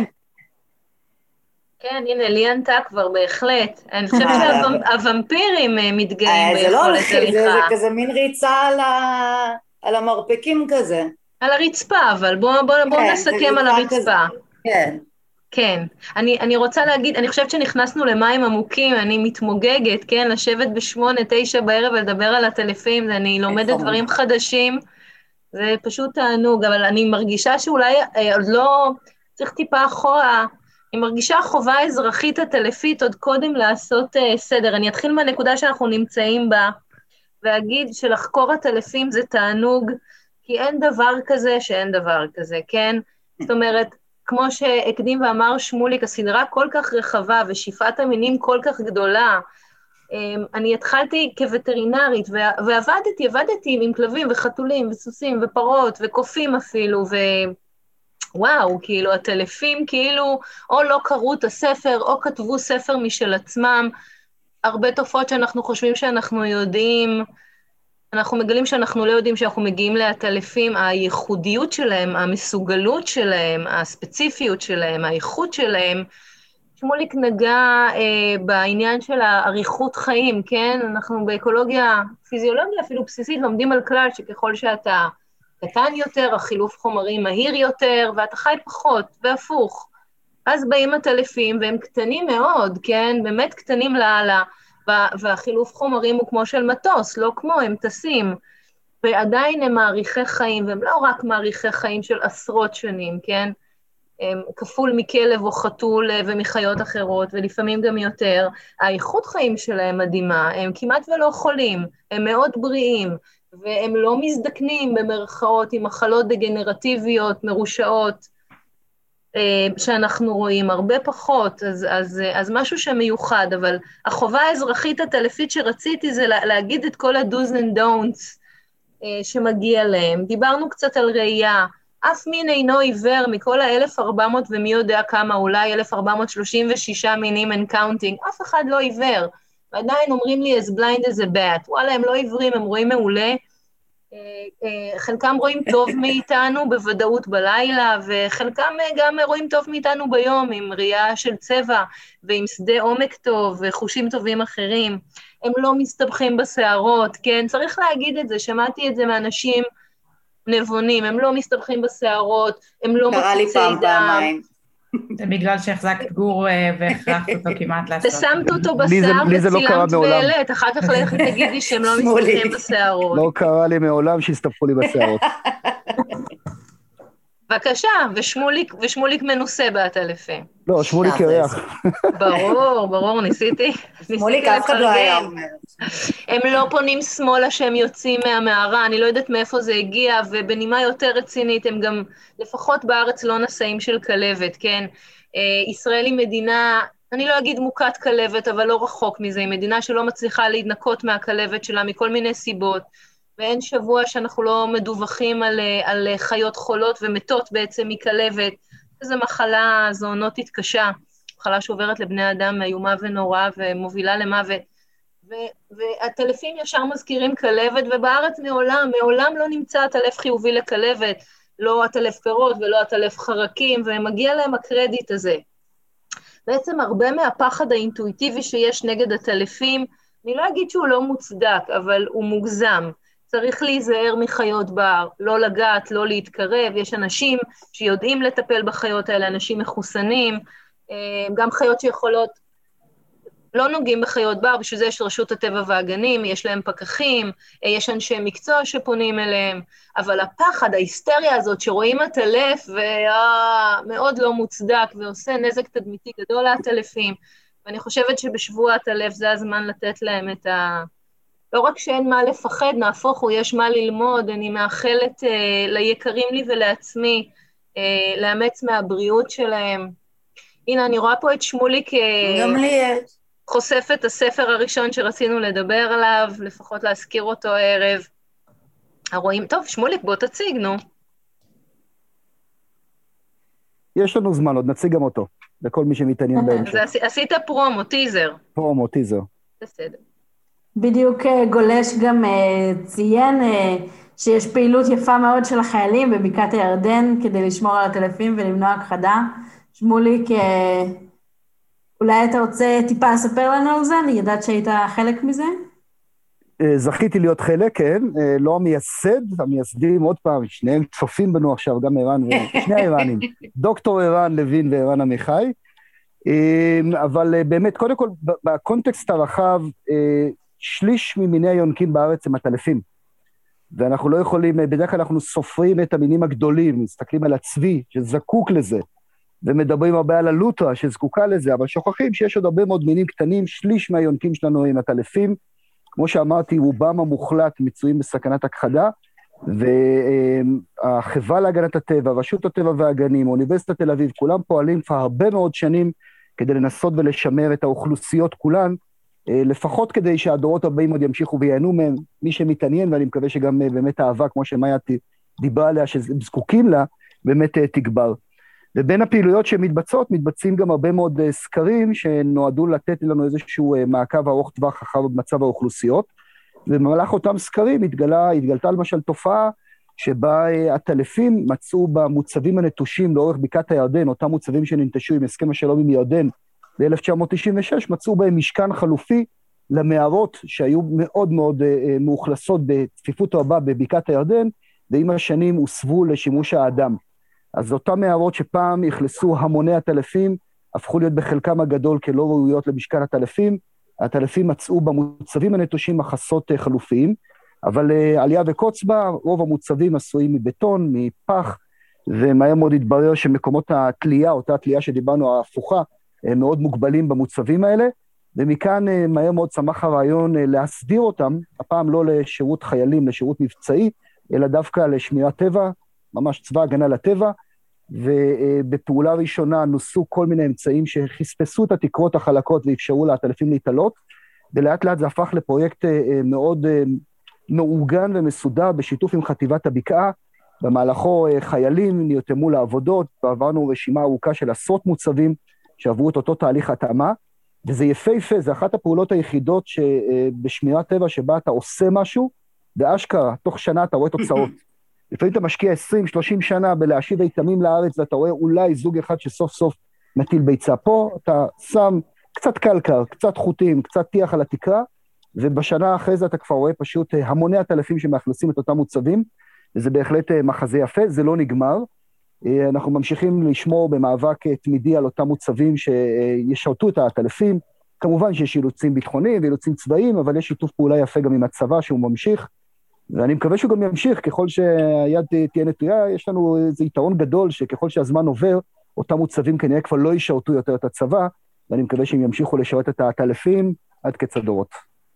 כן, הנה, לי ענתה כבר בהחלט. אני חושבת שהוומפירים מתגאים ביכולת הליכה. זה כזה מין ריצה על המרפקים כזה. על הרצפה, אבל בואו נסכם על הרצפה. כן. כן. אני רוצה להגיד, אני חושבת שנכנסנו למים עמוקים, אני מתמוגגת, כן, לשבת בשמונה, תשע בערב ולדבר על הטלפים, אני לומדת דברים חדשים, זה פשוט תענוג, אבל אני מרגישה שאולי עוד לא, צריך טיפה אחורה, אני מרגישה חובה אזרחית הטלפית עוד קודם לעשות uh, סדר. אני אתחיל מהנקודה שאנחנו נמצאים בה, ואגיד שלחקור הטלפים זה תענוג, כי אין דבר כזה שאין דבר כזה, כן? זאת אומרת, כמו שהקדים ואמר שמוליק, הסדרה כל כך רחבה ושפעת המינים כל כך גדולה, um, אני התחלתי כווטרינרית, ועבדתי, עבדתי עם כלבים וחתולים וסוסים ופרות וקופים אפילו, ו... וואו, כאילו, הטלפים כאילו, או לא קראו את הספר, או כתבו ספר משל עצמם, הרבה תופעות שאנחנו חושבים שאנחנו יודעים, אנחנו מגלים שאנחנו לא יודעים שאנחנו מגיעים להטלפים, הייחודיות שלהם, המסוגלות שלהם, הספציפיות שלהם, האיכות שלהם, שמוליק נגע אה, בעניין של האריכות חיים, כן? אנחנו באקולוגיה, פיזיולוגיה אפילו בסיסית, לומדים על כלל שככל שאתה קטן יותר, החילוף חומרים מהיר יותר, ואתה חי פחות, והפוך. אז באים הטלפים, והם קטנים מאוד, כן? באמת קטנים לעלה, והחילוף חומרים הוא כמו של מטוס, לא כמו, הם טסים. ועדיין הם מעריכי חיים, והם לא רק מעריכי חיים של עשרות שנים, כן? הם כפול מכלב או חתול ומחיות אחרות, ולפעמים גם יותר. האיכות חיים שלהם מדהימה, הם כמעט ולא חולים, הם מאוד בריאים, והם לא מזדקנים במרכאות עם מחלות דגנרטיביות, מרושעות, שאנחנו רואים הרבה פחות, אז, אז, אז משהו שמיוחד, אבל החובה האזרחית הטלפית שרציתי זה להגיד את כל ה-do's and don'ts שמגיע להם. דיברנו קצת על ראייה, אף מין אינו עיוור מכל ה-אלף וארבע מאות ומי יודע כמה, אולי אלף ארבע מאות שלושים ושש מינים and counting, אף אחד לא עיוור. ועדיין אומרים לי, as blind as a bat, וואלה, הם לא עיוורים, הם רואים מעולה, חלקם רואים טוב מאיתנו בוודאות בלילה, וחלקם גם רואים טוב מאיתנו ביום, עם ראייה של צבע, ועם שדה עומק טוב, וחושים טובים אחרים. הם לא מסתבכים בשערות, כן? צריך להגיד את זה, שמעתי את זה מאנשים נבונים, הם לא מסתבכים בשערות, הם לא מפוצי דם. זה בגלל שהחזקת גור והכרחת אותו כמעט לעשות. ושמת אותו בשיער וצילמת ואלת, אחר כך לך תגידי שהם לא מסתבכים בשערות. לא קרה לי מעולם שהסתבכו לי בשערות. בבקשה, ושמוליק, ושמוליק מנוסה בעטלפים. לא, שמוליק קרח. ברור, ברור, ניסיתי. שמוליק אף אחד לא היה אומר. הם לא פונים שמאלה שהם יוצאים מהמערה, אני לא יודעת מאיפה זה הגיע, ובנימה יותר רצינית, הם גם, לפחות בארץ לא נשאים של כלבת, כן? ישראל היא מדינה, אני לא אגיד מוכת כלבת, אבל לא רחוק מזה, היא מדינה שלא מצליחה להתנקות מהכלבת שלה, מכל מיני סיבות, ואין שבוע שאנחנו לא מדווחים על, על חיות חולות ומתות בעצם מכלבת, איזו מחלה זואונוטית קשה, מחלה שעוברת לבני אדם איומה ונוראה ומובילה למוות, ו- והטלפים ישר מזכירים כלבת, ובארץ מעולם, מעולם לא נמצא הטלף חיובי לכלבת, לא הטלף פירות ולא הטלף חרקים, ומגיע להם הקרדיט הזה. בעצם הרבה מהפחד האינטואיטיבי שיש נגד הטלפים, אני לא אגיד שהוא לא מוצדק, אבל הוא מוגזם. צריך להיזהר מחיות בר, לא לגעת, לא להתקרב, יש אנשים שיודעים לטפל בחיות האלה, אנשים מחוסנים, גם חיות שיכולות, לא נוגעים בחיות בר, בשביל זה יש רשות הטבע והגנים, יש להם פקחים, יש אנשי מקצוע שפונים אליהם, אבל הפחד, ההיסטריה הזאת שרואים הטלף, ומאוד לא מוצדק, ועושה נזק תדמיתי גדול להטלפים, ואני חושבת שבשבוע הטלף זה הזמן לתת להם את ה... לא רק שאין מה לפחד, נהפוך הוא, יש מה ללמוד, אני מאחלת אה, ליקרים לי ולעצמי, אה, לאמץ מהבריאות שלהם. הנה, אני רואה פה את שמוליק, גם לי יש. חושף את הספר הראשון שרצינו לדבר עליו, לפחות להזכיר אותו הערב. הרואים, טוב, שמוליק, בוא תציג, נו. יש לנו זמן, עוד נציג גם אותו, לכל מי שמתעניין בהמשך. אז עשית פרומו, טיזר. פרומו, טיזר. בסדר. בדיוק גולש גם ציין שיש פעילות יפה מאוד של החיילים בבקעת הירדן כדי לשמור על הטלפים ולמנוע הכחדה. שמוליק, אולי אתה רוצה טיפה לספר לנו על זה? אני יודעת שהיית חלק מזה. זכיתי להיות חלק, כן, לא המייסד, המייסדים עוד פעם, שניהם צופים בנו עכשיו, גם ערן, שני הערנים, דוקטור ערן לוין וערן עמיחי, אבל באמת, קודם כל, בקונטקסט הרחב, שליש ממיני היונקים בארץ הם הטלפים, ואנחנו לא יכולים, בדרך כלל אנחנו סופרים את המינים הגדולים, מסתכלים על הצבי שזקוק לזה, ומדברים הרבה על הלוטרה שזקוקה לזה, אבל שוכחים שיש עוד הרבה מאוד מינים קטנים, שליש מהיונקים שלנו הם הטלפים, כמו שאמרתי, רובם המוחלט מצויים בסכנת הכחדה, והחברה להגנת הטבע, רשות הטבע והגנים, אוניברסיטת תל אביב, כולם פועלים כבר הרבה מאוד שנים, כדי לנסות ולשמר את האוכלוסיות כולן, לפחות כדי שהדורות הבאים עוד ימשיכו ויענו מהם, מי שמתעניין, ואני מקווה שגם באמת האהבה, כמו שמאיה דיברה עליה, שזקוקים לה, באמת תגבר. ובין הפעילויות שמתבצעות, מתבצעים גם הרבה מאוד סקרים, שנועדו לתת לנו איזשהו מעקב ארוך טווח אחר מצב האוכלוסיות, ובמהלך אותם סקרים התגלה, התגלתה למשל תופעה, שבה הטלפים מצאו במוצבים הנטושים לאורך בקעת הירדן, אותם מוצבים שננטשו עם הסכם השלום עם ירדן, ב-אלף תשע מאות תשעים ושש, מצאו בהם משכן חלופי למערות שהיו מאוד מאוד uh, מאוכלסות בצפיפות רבה בבקעת הירדן, ועם השנים הוסבו לשימוש האדם. אז אותם מערות שפעם הכלסו המוני הטלפים, הפכו להיות בחלקם הגדול כלא ראויות למשכן הטלפים, הטלפים מצאו במוצבים הנטושים מחסות uh, חלופיים, אבל uh, עלייה וקוץ בה, רוב המוצבים עשויים מבטון, מפח, ומהר מאוד התברר שמקומות התלייה, אותה התלייה שדיברנו, ההפוכה, מאוד מוגבלים במוצבים האלה, ומכאן מהר מאוד צמח הרעיון להסדיר אותם, הפעם לא לשירות חיילים, לשירות מבצעי, אלא דווקא לשמירת טבע, ממש צבא הגנה לטבע, ובפעולה ראשונה נוסו כל מיני אמצעים שחספסו את התקרות החלקות ואפשרו להטלפים להתעלות, ולאט לאט זה הפך לפרויקט מאוד מאורגן ומסודר בשיתוף עם חטיבת הבקעה, במהלכו חיילים נרתמו לעבודות, ועברנו רשימה ארוכה של עשרות מוצבים, שעברו את אותו תהליך התאמה, וזה יפהפה, זה אחת הפעולות היחידות שבשמירת טבע שבה אתה עושה משהו, באשכרה, תוך שנה אתה רואה תוצאות. לפעמים אתה משקיע עשרים שלושים שנה בלהשיב איתמים לארץ, ואתה רואה אולי זוג אחד שסוף סוף מטיל ביצה פה, אתה שם קצת קלקר, קצת חוטים, קצת טיח על התקרה, ובשנה אחרי זה אתה כבר רואה פשוט המוני הטלפים שמאכלסים את אותם מוצבים, וזה בהחלט מחזה יפה, זה לא נגמר, אנחנו ממשיכים לשמור במאבק תמידי על אותם מוצבים שישרתו את הטלפים, כמובן שיש אילוצים ביטחוניים ואילוצים צבאיים, אבל יש שיתוף פעולה יפה גם עם הצבא שהוא ממשיך, ואני מקווה שהוא גם ימשיך, ככל שהיד תהיה נטויה, יש לנו איזה יתרון גדול, שככל שהזמן עובר, אותם מוצבים כנראה כבר לא ישרתו יותר את הצבא, ואני מקווה שהם ימשיכו לשרת את העטלפים עד קץ הדורות.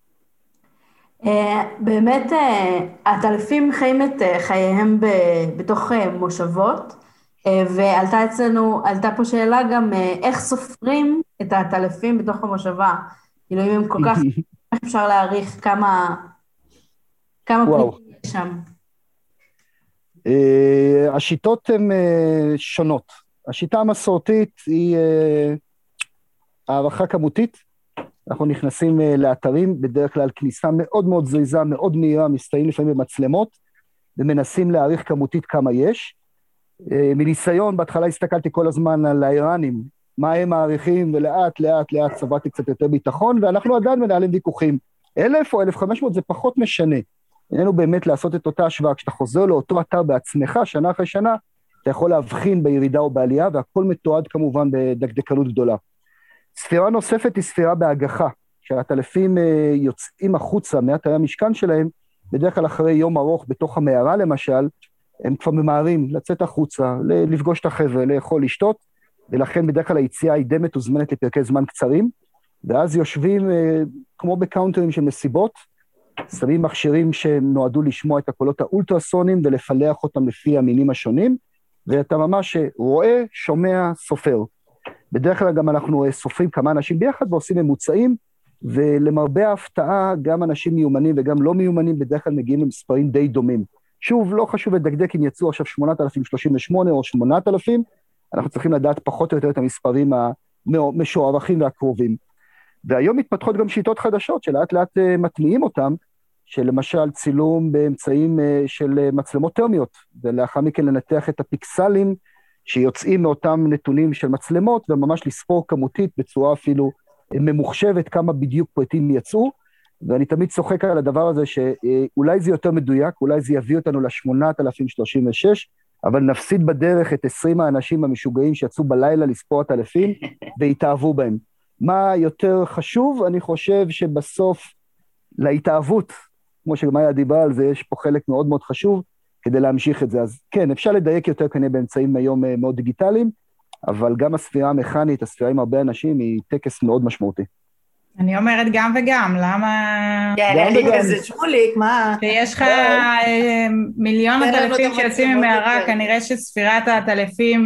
באמת, העטלפים חיים את חייהם בתוך מושבות, ועלתה אצלנו, עלתה פה שאלה גם איך סופרים את העטלפים בתוך המושבה, כאילו אם הם כל כך, איך אפשר להעריך כמה, כמה פליטים יש שם? השיטות הן שונות. השיטה המסורתית היא הערכה כמותית, אנחנו נכנסים לאתרים, בדרך כלל כניסה מאוד מאוד זריזה, מאוד מהירה, מסתיים לפעמים במצלמות, ומנסים להעריך כמותית כמה יש. מניסיון, בהתחלה הסתכלתי כל הזמן על האיראנים, מה הם מעריכים, ולאט לאט לאט צברתי קצת יותר ביטחון, ואנחנו עדיין מנהלים ויכוחים. אלף או אלף וחמש מאות זה פחות משנה. איננו באמת לעשות את אותה השוואה, כשאתה חוזר לאותו אתר בעצמך, שנה אחרי שנה, אתה יכול להבחין בירידה או בעלייה, והכל מתועד כמובן בדקדקנות גדולה. ספירה נוספת היא ספירה בהגחה, שהעטלפים יוצאים החוצה מאתרי המשכן שלהם, בדרך כלל אחרי יום ארוך בתוך המערה למשל, הם כבר ממהרים לצאת החוצה, לפגוש את החבר'ה, לאכול, לשתות, ולכן בדרך כלל היציאה היא די מתוזמנת לפרקי זמן קצרים, ואז יושבים כמו בקאונטרים של מסיבות, שמים מכשירים שנועדו לשמוע את הקולות האולטרסונים ולפלח אותם לפי המינים השונים, ואתה ממש רואה, שומע, סופר. בדרך כלל גם אנחנו סופרים כמה אנשים ביחד ועושים ממוצעים, ולמרבה ההפתעה גם אנשים מיומנים וגם לא מיומנים בדרך כלל מגיעים למספרים די דומים. שוב, לא חשוב לדקדק אם יצאו עכשיו שמונת אלפים שלושים ושמונה או שמונת אלפים, אנחנו צריכים לדעת פחות או יותר את המספרים המשוערכים והקרובים. והיום מתפתחות גם שיטות חדשות שלאט לאט מטמיעים אותם, שלמשל צילום באמצעים של מצלמות טרמיות, ולאחר מכן לנתח את הפיקסלים שיוצאים מאותם נתונים של מצלמות, וממש לספור כמותית בצורה אפילו ממוחשבת כמה בדיוק פריטים יצאו, ואני תמיד צוחק על הדבר הזה שאולי זה יותר מדויק, אולי זה יביא אותנו ל-שמונת אלפים שלושים ושש, אבל נפסיד בדרך את עשרים האנשים המשוגעים שיצאו בלילה לספור את אלפים, והתאהבו בהם. מה יותר חשוב? אני חושב שבסוף להתאהבות, כמו שגמיה דיברה על זה, יש פה חלק מאוד מאוד חשוב, כדי להמשיך את זה. אז כן, אפשר לדייק יותר כנראה באמצעים היום מאוד דיגיטליים, אבל גם הספירה המכנית, הספירה עם הרבה אנשים, היא טקס מאוד משמעותי. אני אומרת גם וגם, למה... כן, זה שמוליק, מה? שיש לך מיליון עטלפים שיוצאים ממערה, כנראה שספירת העטלפים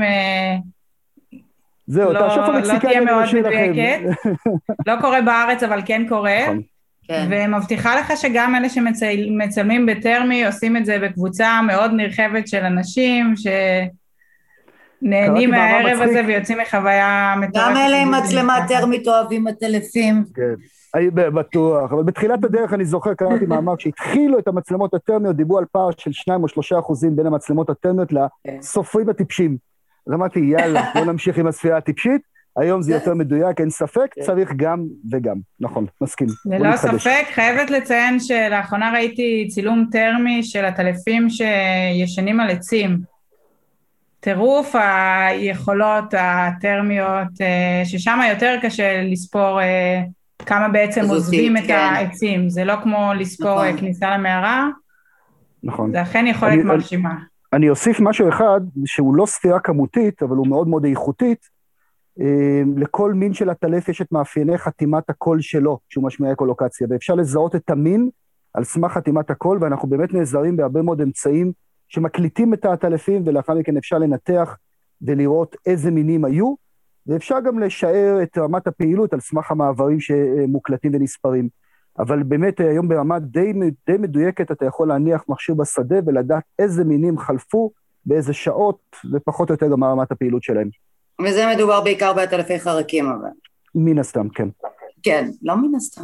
זהו, לא תהיה מאוד מדויקת. לא קורה בארץ, אבל כן קורה. ומבטיחה לך שגם אלה שמצלמים בטרמי, עושים את זה בקבוצה מאוד נרחבת של אנשים, שנהנים מהערב הזה ויוצאים מחוויה מטורפת. גם אלה עם מצלמה טרמית אוהבים עטלפים. כן, בטוח. אבל בתחילת הדרך אני זוכר, קראתי מאמר, כשהתחילו את המצלמות הטרמיות, דיברו על פער של שניים או שלושה אחוזים בין המצלמות הטרמיות לסופרים הטיפשים. אז אמרתי, יאללה, בוא נמשיך עם הספירה הטיפשית, היום זה יותר מדויק, אין ספק, צריך גם וגם. נכון, מסכים. ללא ספק, חייבת לציין שלאחרונה ראיתי צילום טרמי של עטלפים שישנים על עצים. טירוף היכולות הטרמיות, ששם יותר קשה לספור כמה בעצם עוזבים את העצים. זה לא כמו לספור כניסה למערה, זה אכן יכולת מרשימה. אני אוסיף משהו אחד, שהוא לא ספירה כמותית, אבל הוא מאוד מאוד איכותית, לכל מין של עטלף יש את מאפייני חתימת הקול שלו, שהוא משמיע אקולוקציה, ואפשר לזהות את המין על סמך חתימת הקול, ואנחנו באמת נעזרים בהרבה מאוד אמצעים שמקליטים את העטלפים, ולאחר מכן אפשר לנתח ולראות איזה מינים היו, ואפשר גם לשער את רמת הפעילות על סמך המעברים שמוקלטים ונספרים. אבל באמת היום ברמה די, די מדויקת אתה יכול להניח מכשיר בשדה ולדעת איזה מינים חלפו, באיזה שעות, ופחות או יותר גם רמת הפעילות שלהם. וזה מדובר בעיקר בעטלפי חרקים, אבל. מן הסתם, כן. כן, לא מן הסתם.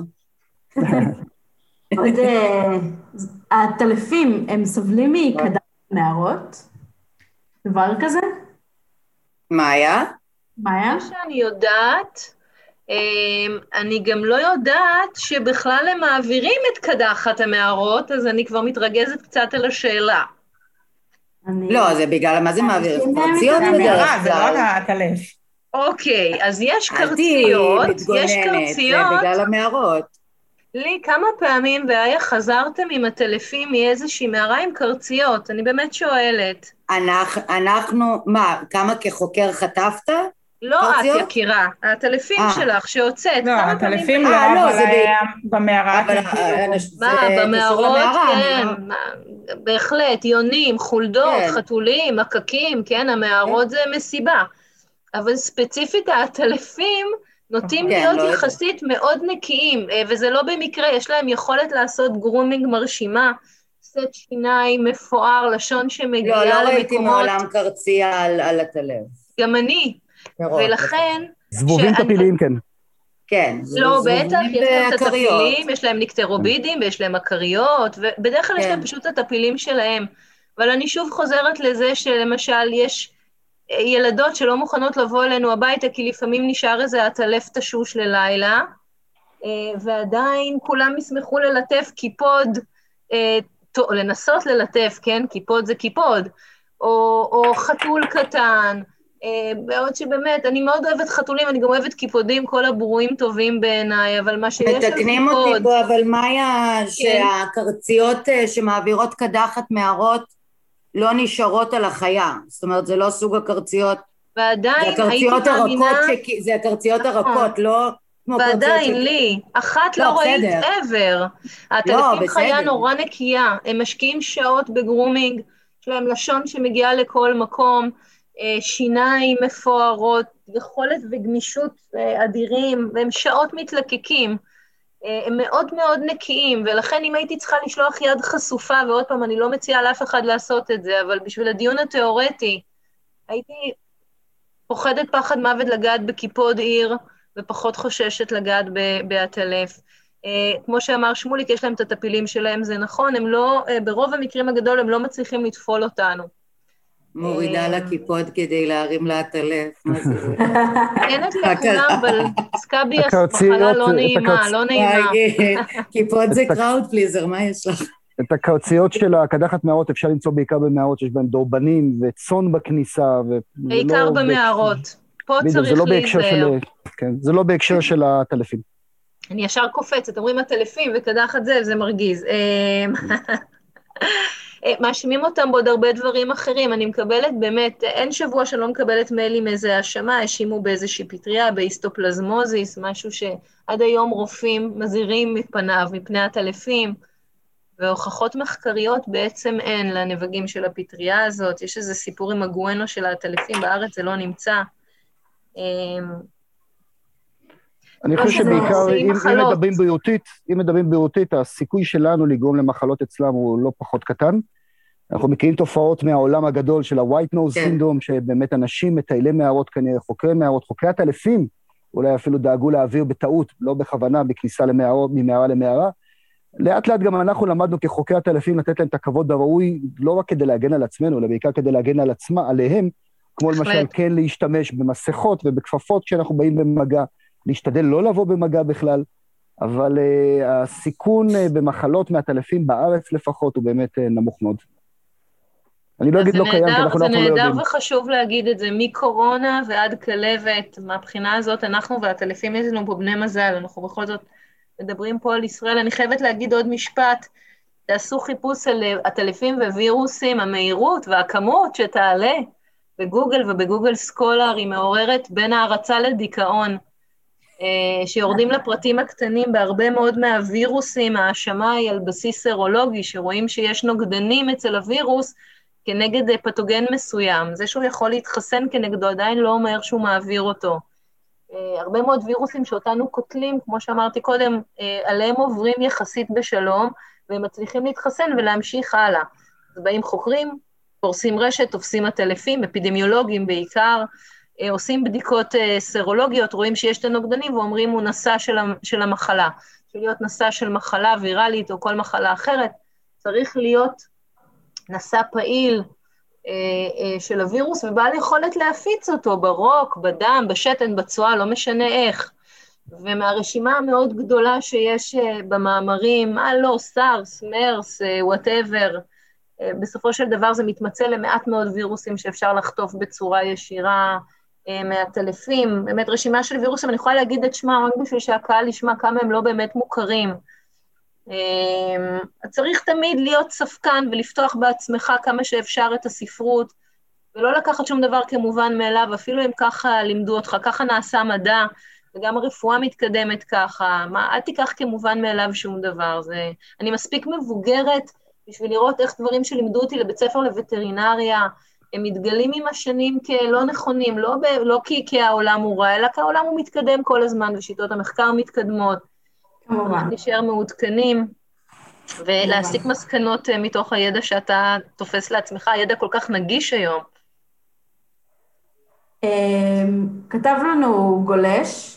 עוד, העטלפים, הם סובלים מקדם נערות? דבר כזה? מה היה? מה היה? שאני יודעת, אני גם לא יודעת שבכלל הם מעבירים את קדחת המערות, אז אני כבר מתרגזת קצת על השאלה. לא, זה בגלל, מה זה מעביר? קרציות בדרך כלל. זה לא העטלף. אוקיי, אז יש קרציות, יש קרציות. זה בגלל המערות. לי כמה פעמים, והיה חזרתם עם הטלפים מאיזושהי מערה עם קרציות, אני באמת שואלת. אנחנו, אנחנו, מה, כמה כחוקר חטפת? לא קרציות? את יקירה, הטלפים אה. שלך שהוצאת, לא, כמה פעמים... הטלפים לא, אה, לא, אבל זה ב- היה במערה. אבל כן. האנש- זה מה, קשור במערות, למערה, אני כן, לא- מה, בהחלט, יונים, חולדות, כן. חתולים, מקקים, כן, המערות זה מסיבה. אבל ספציפית הטלפים נוטים כן, להיות לא יודע. יחסית מאוד נקיים, אה, וזה לא במקרה, יש להם יכולת לעשות גרומינג מרשימה, סט שיניים מפואר, לשון לא, שמגיעה לא ראיתי למקומות, מעולם קרצייה על, על הטלב. גם אני, פירות, ולכן... זבובים שאני- טפיליים, כן. כן. לא, זבובים בטח, יש להם את ועקריות. הטפילים, יש להם נקטרובידים, ויש להם עקריות, ובדרך כלל יש כן. להם פשוט את הטפילים שלהם. אבל אני שוב חוזרת לזה שלמשל יש אה, ילדות שלא מוכנות לבוא אלינו הביתה, כי לפעמים נשאר איזה עטלף תשוש ללילה, אה, ועדיין כולם ישמחו ללטף קיפוד, אה, ת- לנסות ללטף, כן? קיפוד זה קיפוד, או, או חתול קטן, אה, בעוד שבאמת, אני מאוד אוהבת חתולים, אני גם אוהבת קיפודים, כל הברואים טובים בעיניי, אבל מה שיש על מתקנים אותי קיפוד, פה, אבל מאיה, שהקרציות אה, שמעבירות קדחת מערות לא נשארות על החיה. זאת אומרת, זה לא סוג הקרציות, זה ועדיין הייתי הקרציות מאמינה, הרכות, שכי- זה הקרציות נכון. הרכות, לא כמו קרציות ועדיין ש... לי, אחת לא, לא ראית בסדר. ever, הטלפים חיה בסדר. נורא נקייה, הם משקיעים שעות בגרומינג, יש להם לשון שמגיעה לכל מקום, אה, שיניים מפוארות, יכולת וגמישות אה, אדירים, והם שעות מתלקקים, אה, הם מאוד מאוד נקיים, ולכן אם הייתי צריכה לשלוח יד חשופה, ועוד פעם, אני לא מציעה לאף אחד לעשות את זה, אבל בשביל הדיון התיאורטי, הייתי פוחדת פחד מוות לגעת בקיפוד עיר, ופחות חוששת לגעת בעטלף. Uh, כמו שאמר שמוליק, יש להם את הטפילים שלהם, זה נכון, הם לא, uh, ברוב המקרים הגדול הם לא מצליחים לטפול אותנו. מורידה לה קיפוד כדי להרים לה את הלב. מה זה? אין את לכולם, אבל סקאביאס הקרציות, מחלה לא את נעימה, הקרצ- לא נעימה. וואי, קיפוד זה קראוד פליזר, מה יש לך? את הקרציות של הקדחת מערות אפשר למצוא בעיקר במערות שיש בהם דורבנים וצאן בכניסה. ו- בעיקר ולא במערות. פה בהקשר- בדיוק, זה צריך לא בהקשר של, להיזהר. כן, זה לא בהקשר של הטלפים. אני ישר קופצת, אומרים הטלפים וקדחת זה, זה מרגיז. מאשימים אותם בעוד הרבה דברים אחרים, אני מקבלת באמת, אין שבוע שאני לא מקבלת מייל עם איזה האשמה, האשימו באיזושהי פטריה, בהיסטופלזמוזיס, משהו שעד היום רופאים מזהירים מפניו, מפני הטלפים, והוכחות מחקריות בעצם אין לנבגים של הפטריה הזאת, יש איזה סיפור עם הגואנו של הטלפים, בארץ זה לא נמצא. אני לא חושב שזה שבעיקר, עושים אם, אם מחלות. מדברים בריאותית, אם מדברים בריאותית, הסיכוי שלנו לגרום למחלות אצלם הוא לא פחות קטן. אנחנו מכירים תופעות מהעולם הגדול של ה-white nose כן. syndrome, שבאמת אנשים מטיילי מערות כנראה, חוקרי מערות, חוקרי הטלפים, אולי אפילו דאגו להעביר בטעות, לא בכוונה, בכניסה למערות, ממערה למערה. לאט לאט גם אנחנו למדנו כחוקרי הטלפים לתת להם את הכבוד הראוי, לא רק כדי להגן על עצמנו, אלא בעיקר כדי להגן על עצמה, עליהם, כמו בהחלט. למשל כן להשתמש במסכות ובכפפות כשאנחנו באים במגע, להשתדל לא לבוא במגע בכלל, אבל uh, הסיכון uh, במחלות מהטלפים בארץ לפחות הוא באמת uh, נמוך מאוד. אני לא אגיד לא קיים, כי אנחנו לא יכולים זה לא נהדר יודעים. וחשוב להגיד את זה, מקורונה ועד כלבת, מהבחינה הזאת אנחנו והטלפים יש לנו פה בני מזל, אנחנו בכל זאת מדברים פה על ישראל. אני חייבת להגיד עוד משפט, תעשו חיפוש על הטלפים ווירוסים, המהירות והכמות שתעלה בגוגל ובגוגל סקולר, היא מעוררת בין הערצה לדיכאון, שיורדים לפרטים הקטנים בהרבה מאוד מהווירוסים, האשמה היא על בסיס סרולוגי, שרואים שיש נוגדנים אצל הווירוס כנגד פתוגן מסוים. זה שהוא יכול להתחסן כנגדו עדיין לא אומר שהוא מעביר אותו. הרבה מאוד וירוסים שאותנו קוטלים, כמו שאמרתי קודם, עליהם עוברים יחסית בשלום, והם מצליחים להתחסן ולהמשיך הלאה. אז באים חוקרים, פורסים רשת, תופסים הטלפים, אפידמיולוגים בעיקר, עושים בדיקות סרולוגיות, רואים שיש את הנוגדנים, ואומרים הוא נשא של, של המחלה. של להיות נשא של מחלה ויראלית או כל מחלה אחרת, צריך להיות נשא פעיל אה, אה, של הווירוס, ובעל יכולת להפיץ אותו ברוק, בדם, בשתן, בצואה, לא משנה איך. ומהרשימה המאוד גדולה שיש אה, במאמרים, אה לא, סארס, מרס, אה, whatever, אה, בסופו של דבר זה מתמצא למעט מאוד וירוסים שאפשר לחטוף בצורה ישירה, מהטלפים, באמת רשימה של וירוסים, אני יכולה להגיד את שמה רק בשביל שהקהל ישמע כמה הם לא באמת מוכרים. צריך תמיד להיות ספקן ולפתוח בעצמך כמה שאפשר את הספרות, ולא לקחת שום דבר כמובן מאליו, אפילו אם ככה לימדו אותך, ככה נעשה מדע, וגם הרפואה מתקדמת ככה, מה, אל תיקח כמובן מאליו שום דבר. זה, אני מספיק מבוגרת בשביל לראות איך דברים שלימדו אותי לבית ספר לווטרינריה, הם מתגלים עם השנים כלא נכונים, לא, ב, לא כי, כי העולם הוא רע, אלא כי העולם הוא מתקדם כל הזמן, ושיטות המחקר מתקדמות, כמובן. נשאר מעודכנים, ולהסיק מסקנות מתוך הידע שאתה תופס לעצמך, הידע כל כך נגיש היום. כתב לנו גולש,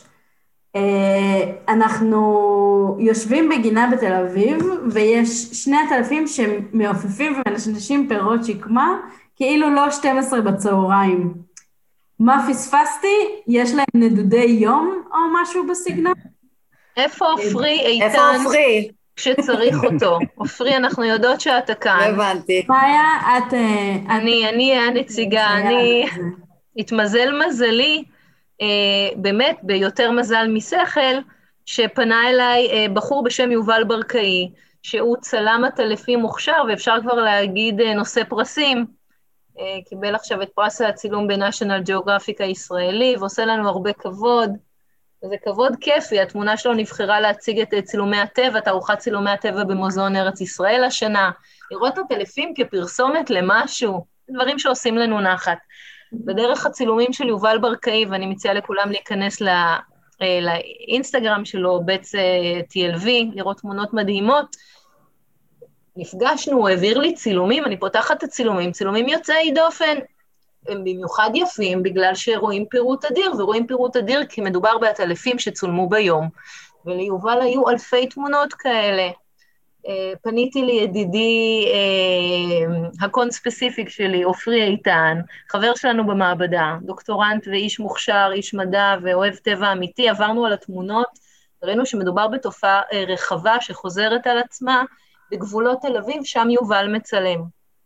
אנחנו יושבים בגינה בתל אביב, ויש שני עטלפים שמעופפים ומנשנשים פירות שקמה, כאילו לא שתים עשרה בצהריים. מה פספסתי? יש להם נדודי יום או משהו בסגנון? איפה עופרי איתן? איפה עופרי? כשצריך אותו. עופרי, אנחנו יודעות שאתה כאן. הבנתי. מאיה, את... אני, אני הנציגה, אני... התמזל מזלי, באמת ביותר מזל משכל, שפנה אליי בחור בשם יובל ברקאי, שהוא צלם עטלפים מוכשר, ואפשר כבר להגיד נושא פרסים, קיבל עכשיו את פרס הצילום בנשיונל ג'אוגרפיק הישראלי, ועושה לנו הרבה כבוד, וזה כבוד כיפי, התמונה שלו נבחרה להציג את צילומי הטבע, תערוכת צילומי הטבע במוזיאון ארץ ישראל השנה, לראות עטלפים כפרסומת למשהו, דברים שעושים לנו נחת. בדרך הצילומים של יובל ברקאי, ואני מציעה לכולם להיכנס לא, לאינסטגרם שלו, בץ טי אל וי, לראות תמונות מדהימות, נפגשנו, הוא העביר לי צילומים, אני פותחת את הצילומים, צילומים יוצאי דופן, הם במיוחד יפים, בגלל שרואים פירוט אדיר, ורואים פירוט אדיר כי מדובר בעטלפים שצולמו ביום, וליובל היו אלפי תמונות כאלה. פניתי לידידי הקון ספציפיק שלי, עופרי איתן, חבר שלנו במעבדה, דוקטורנט ואיש מוכשר, איש מדע ואוהב טבע אמיתי, עברנו על התמונות, ראינו שמדובר בתופעה רחבה שחוזרת על עצמה, בגבולות תל אביב, שם יובל מצלם.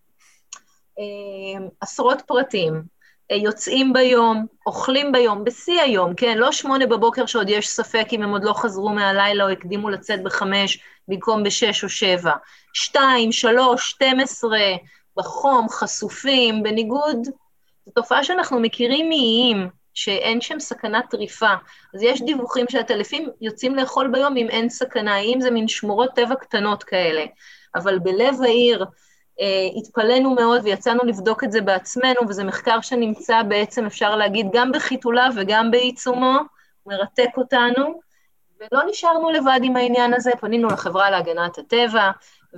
עשרות פרטים, יוצאים ביום, אוכלים ביום, בשיא היום, כן, לא שמונה בבוקר שעוד יש ספק אם הם עוד לא חזרו מהלילה או הקדימו לצאת בחמש, במקום בשש או שבע. שתיים, שלוש, שתים עשרה, בחום, חשופים, בניגוד, זו תופעה שאנחנו מכירים מאיים, שאין שם סכנת טריפה. אז יש דיווחים שהעטלפים יוצאים לאכול ביום אם אין סכנה, אם זה מין שמורות טבע קטנות כאלה. אבל בלב העיר אה, התפלנו מאוד ויצאנו לבדוק את זה בעצמנו, וזה מחקר שנמצא בעצם, אפשר להגיד, גם בחיתולה וגם בעיצומו, מרתק אותנו, ולא נשארנו לבד עם העניין הזה, פנינו לחברה להגנת הטבע,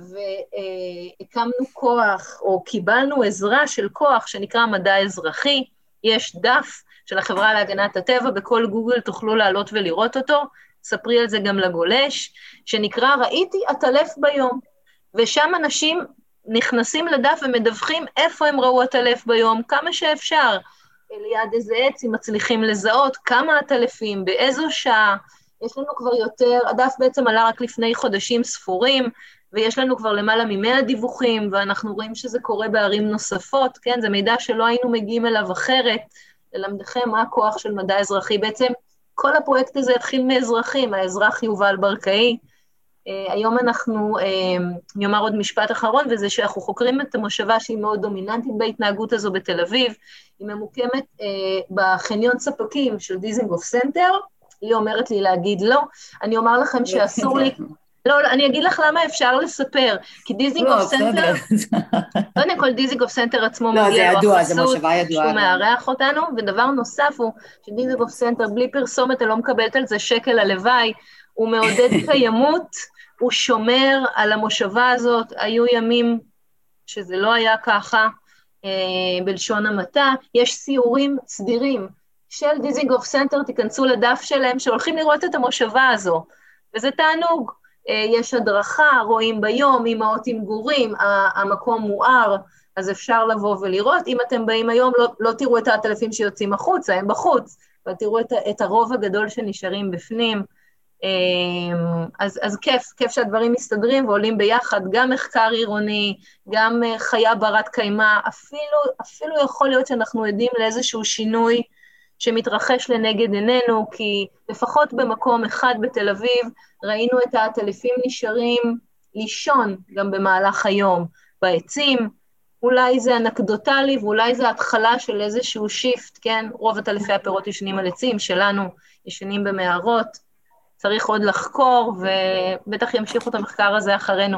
והקמנו כוח, או קיבלנו עזרה של כוח שנקרא מדע אזרחי, יש דף של החברה להגנת הטבע, בכל גוגל תוכלו לעלות ולראות אותו, ספרי על זה גם לגולש, שנקרא ראיתי עטלף ביום, ושם אנשים נכנסים לדף ומדווחים איפה הם ראו עטלף ביום, כמה שאפשר, ליד איזה עץ, אם מצליחים לזהות, כמה עטלפים, באיזו שעה, יש לנו כבר יותר, הדף בעצם עלה רק לפני חודשים ספורים, ויש לנו כבר למעלה ממאה דיווחים, ואנחנו רואים שזה קורה בערים נוספות, כן, זה מידע שלא היינו מגיעים אליו אחרת, ללמדכם מה הכוח של מדע אזרחי, בעצם כל הפרויקט הזה התחיל מאזרחים, האזרח יובל ברקאי, היום אנחנו, אני אומר עוד משפט אחרון, וזה שאנחנו חוקרים את המושבה שהיא מאוד דומיננטית בהתנהגות הזו בתל אביב, היא ממוקמת בחניון ספקים של דיזינגוף סנטר, היא אומרת לי להגיד לא, אני אומר לכם שאסור לי, לא, אני אגיד לך למה אפשר לספר, כי דיזינגוף סנטר, קודם כל דיזינגוף סנטר עצמו מגיע לו החסות, שהוא מארח אותנו, ודבר נוסף הוא שדיזינגוף סנטר בלי פרסומת, אתה לא מקבלת על זה שקל הלוואי, הוא מעודד קיימות, הוא שומר על המושבה הזאת, היו ימים שזה לא היה ככה, בלשון המעטה, יש סיורים סדירים של דיזינגוף סנטר, תיכנסו לדף שלהם, שהולכים לראות את המושבה הזו, וזה תענוג, יש הדרכה, רואים ביום, אמאות עם גורים, המקום מואר, אז אפשר לבוא ולראות, אם אתם באים היום, לא, לא תראו את העטלפים שיוצאים החוצה, הם בחוץ, אבל תראו את, את הרוב הגדול שנשארים בפנים, אז, אז כיף, כיף שהדברים מסתדרים ועולים ביחד, גם מחקר עירוני, גם חיה ברת קיימה, אפילו, אפילו יכול להיות שאנחנו עדים לאיזשהו שינוי שמתרחש לנגד עינינו, כי לפחות במקום אחד בתל אביב, ראינו את העטלפים נשארים לישון גם במהלך היום, בעצים, אולי זה אנקדוטלי, ואולי זה התחלה של איזשהו שיפט, כן? רוב עטלפי הפירות ישנים על עצים, שלנו ישנים במערות, צריך עוד לחקור, ובטח ימשיכו את המחקר הזה אחרינו.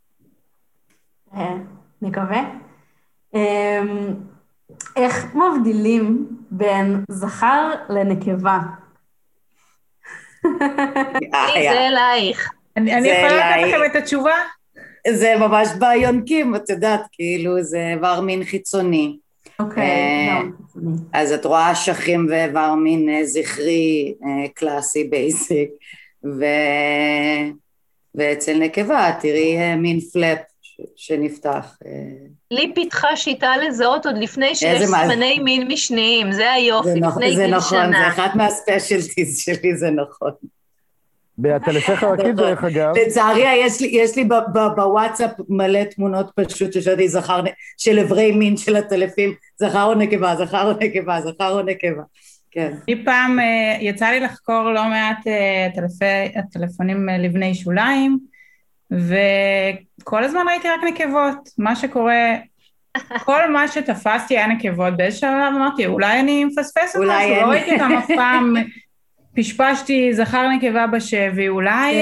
נקווה. איך מבדילים בין זכר לנקבה? זה אלייך. אני יכולה לתת לכם את התשובה? זה ממש ביונקים, את יודעת, כאילו זה איבר מין חיצוני. אוקיי, אז את רואה אשכים ואיבר מין זכרי, קלאסי, בייסיק, ואצל נקבה תראי מין פלאפ שנפתח. לי פיתחה שיטה לזהות עוד לפני שיש סימני מין משניים, זה היופי, לפני גיל שנה. זה נכון, זה אחת מהספיישלטיז שלי, זה נכון. בעטלפי חרקים דרך אגב. לצערי, יש לי בוואטסאפ מלא תמונות פשוט ששאתי זכר, של עברי מין של עטלפים, זכר או נקבה, זכר או נקבה, זכר או נקבה. כן. לי פעם יצא לי לחקור לא מעט הטלפונים לבני שוליים, וכל הזמן ראיתי רק נקבות. מה שקורה, כל מה שתפסתי היה נקבות, באיזשהו שלב אמרתי, אולי אני מפספסת משהו, לא ראיתי אותם אף פעם, פשפשתי זכר נקבה בשבי, אולי